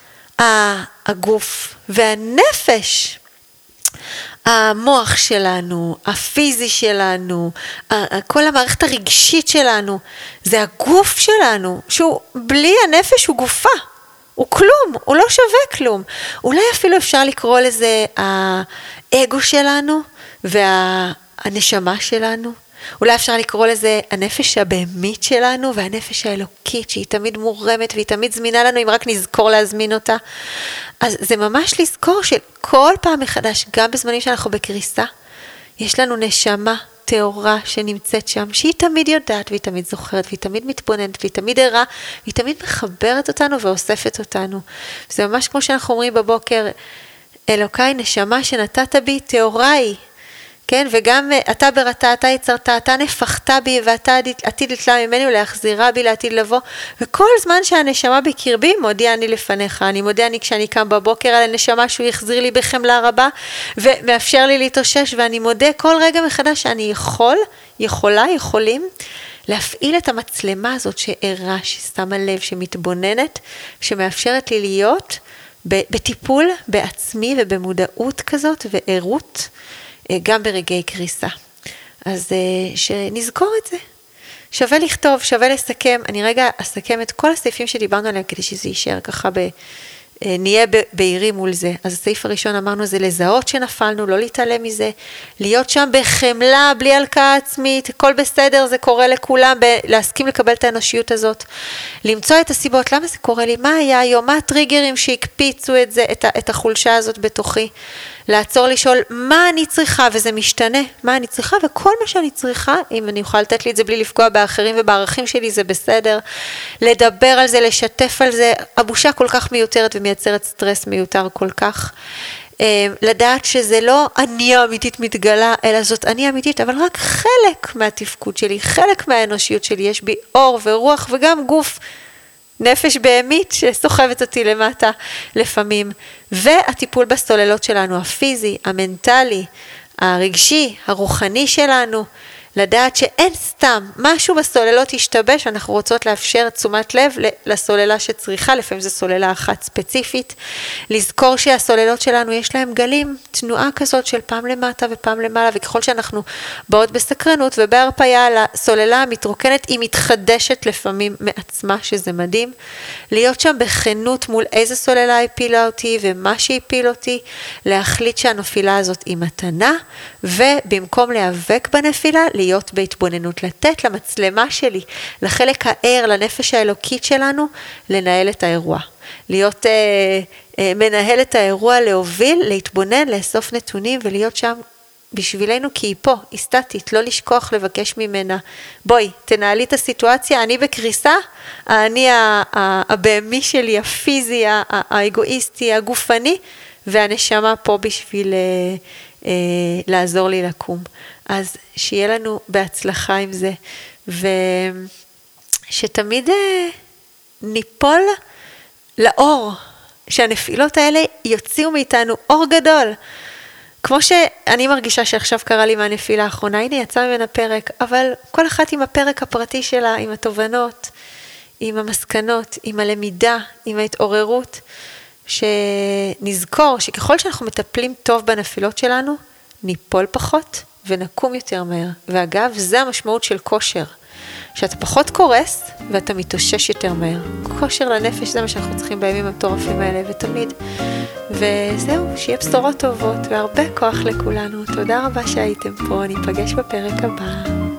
הגוף והנפש, המוח שלנו, הפיזי שלנו, כל המערכת הרגשית שלנו, זה הגוף שלנו, שהוא בלי הנפש הוא גופה, הוא כלום, הוא לא שווה כלום. אולי אפילו אפשר לקרוא לזה האגו שלנו והנשמה שלנו. אולי אפשר לקרוא לזה הנפש הבהמית שלנו והנפש האלוקית שהיא תמיד מורמת והיא תמיד זמינה לנו אם רק נזכור להזמין אותה. אז זה ממש לזכור שכל פעם מחדש, גם בזמנים שאנחנו בקריסה, יש לנו נשמה תאורה שנמצאת שם, שהיא תמיד יודעת והיא תמיד זוכרת והיא תמיד מתבוננת והיא תמיד ערה והיא תמיד מחברת אותנו ואוספת אותנו. זה ממש כמו שאנחנו אומרים בבוקר, אלוקיי נשמה שנתת בי תאורה היא. כן, וגם אתה ברתה, אתה יצרת, אתה נפחת בי, ואתה עתיד לתלה ממני ולהחזירה בי לעתיד לבוא, וכל זמן שהנשמה בקרבי, מודיע אני לפניך, אני מודיע אני כשאני קם בבוקר על הנשמה שהוא יחזיר לי בחמלה רבה, ומאפשר לי להתאושש, ואני מודה כל רגע מחדש שאני יכול, יכולה, יכולים, להפעיל את המצלמה הזאת שערה, ששמה לב, שמתבוננת, שמאפשרת לי להיות בטיפול בעצמי ובמודעות כזאת וערות, גם ברגעי קריסה. אז שנזכור את זה. שווה לכתוב, שווה לסכם. אני רגע אסכם את כל הסעיפים שדיברנו עליהם, כדי שזה יישאר ככה ב... נהיה בהירים מול זה. אז הסעיף הראשון אמרנו זה לזהות שנפלנו, לא להתעלם מזה, להיות שם בחמלה, בלי הלקאה עצמית, הכל בסדר, זה קורה לכולם, להסכים לקבל את האנושיות הזאת, למצוא את הסיבות, למה זה קורה לי, מה היה היום, מה הטריגרים שהקפיצו את זה, את, את החולשה הזאת בתוכי, לעצור לשאול מה אני צריכה, וזה משתנה, מה אני צריכה, וכל מה שאני צריכה, אם אני יכולה לתת לי את זה בלי לפגוע באחרים ובערכים שלי, זה בסדר, לדבר על זה, לשתף על זה, הבושה כל כך מיותרת ומייצרת סטרס מיותר כל כך, לדעת שזה לא אני האמיתית מתגלה, אלא זאת אני האמיתית, אבל רק חלק מהתפקוד שלי, חלק מהאנושיות שלי, יש בי אור ורוח וגם גוף, נפש בהמית שסוחבת אותי למטה לפעמים, והטיפול בסוללות שלנו, הפיזי, המנטלי, הרגשי, הרוחני שלנו, לדעת שאין סתם, משהו בסוללות השתבש, אנחנו רוצות לאפשר תשומת לב לסוללה שצריכה, לפעמים זו סוללה אחת ספציפית, לזכור שהסוללות שלנו יש להם גלים, תנועה כזאת של פעם למטה ופעם למעלה, וככל שאנחנו באות בסקרנות ובהרפאיה לסוללה המתרוקנת, היא מתחדשת לפעמים מעצמה, שזה מדהים, להיות שם בכנות מול איזה סוללה הפילה אותי ומה שהפיל אותי, להחליט שהנפילה הזאת היא מתנה, ובמקום להיאבק בנפילה, להיות בהתבוננות, לתת למצלמה שלי, לחלק הער, לנפש האלוקית שלנו, לנהל את האירוע. להיות אה, אה, מנהל את האירוע, להוביל, להתבונן, לאסוף נתונים ולהיות שם בשבילנו, כי היא פה, היא סטטית, לא לשכוח לבקש ממנה. בואי, תנהלי את הסיטואציה, אני בקריסה, אני הבהמי שלי, הפיזי, האגואיסטי, הגופני, והנשמה פה בשביל אה, אה, לעזור לי לקום. אז שיהיה לנו בהצלחה עם זה, ושתמיד אה, ניפול לאור, שהנפילות האלה יוציאו מאיתנו אור גדול, כמו שאני מרגישה שעכשיו קרה לי מהנפילה האחרונה, הנה יצא ממנה פרק, אבל כל אחת עם הפרק הפרטי שלה, עם התובנות, עם המסקנות, עם הלמידה, עם ההתעוררות, שנזכור שככל שאנחנו מטפלים טוב בנפילות שלנו, ניפול פחות ונקום יותר מהר. ואגב, זה המשמעות של כושר. שאתה פחות קורס ואתה מתאושש יותר מהר. כושר לנפש, זה מה שאנחנו צריכים בימים המטורפים האלה, ותמיד. וזהו, שיהיה בשורות טובות והרבה כוח לכולנו. תודה רבה שהייתם פה, ניפגש בפרק הבא.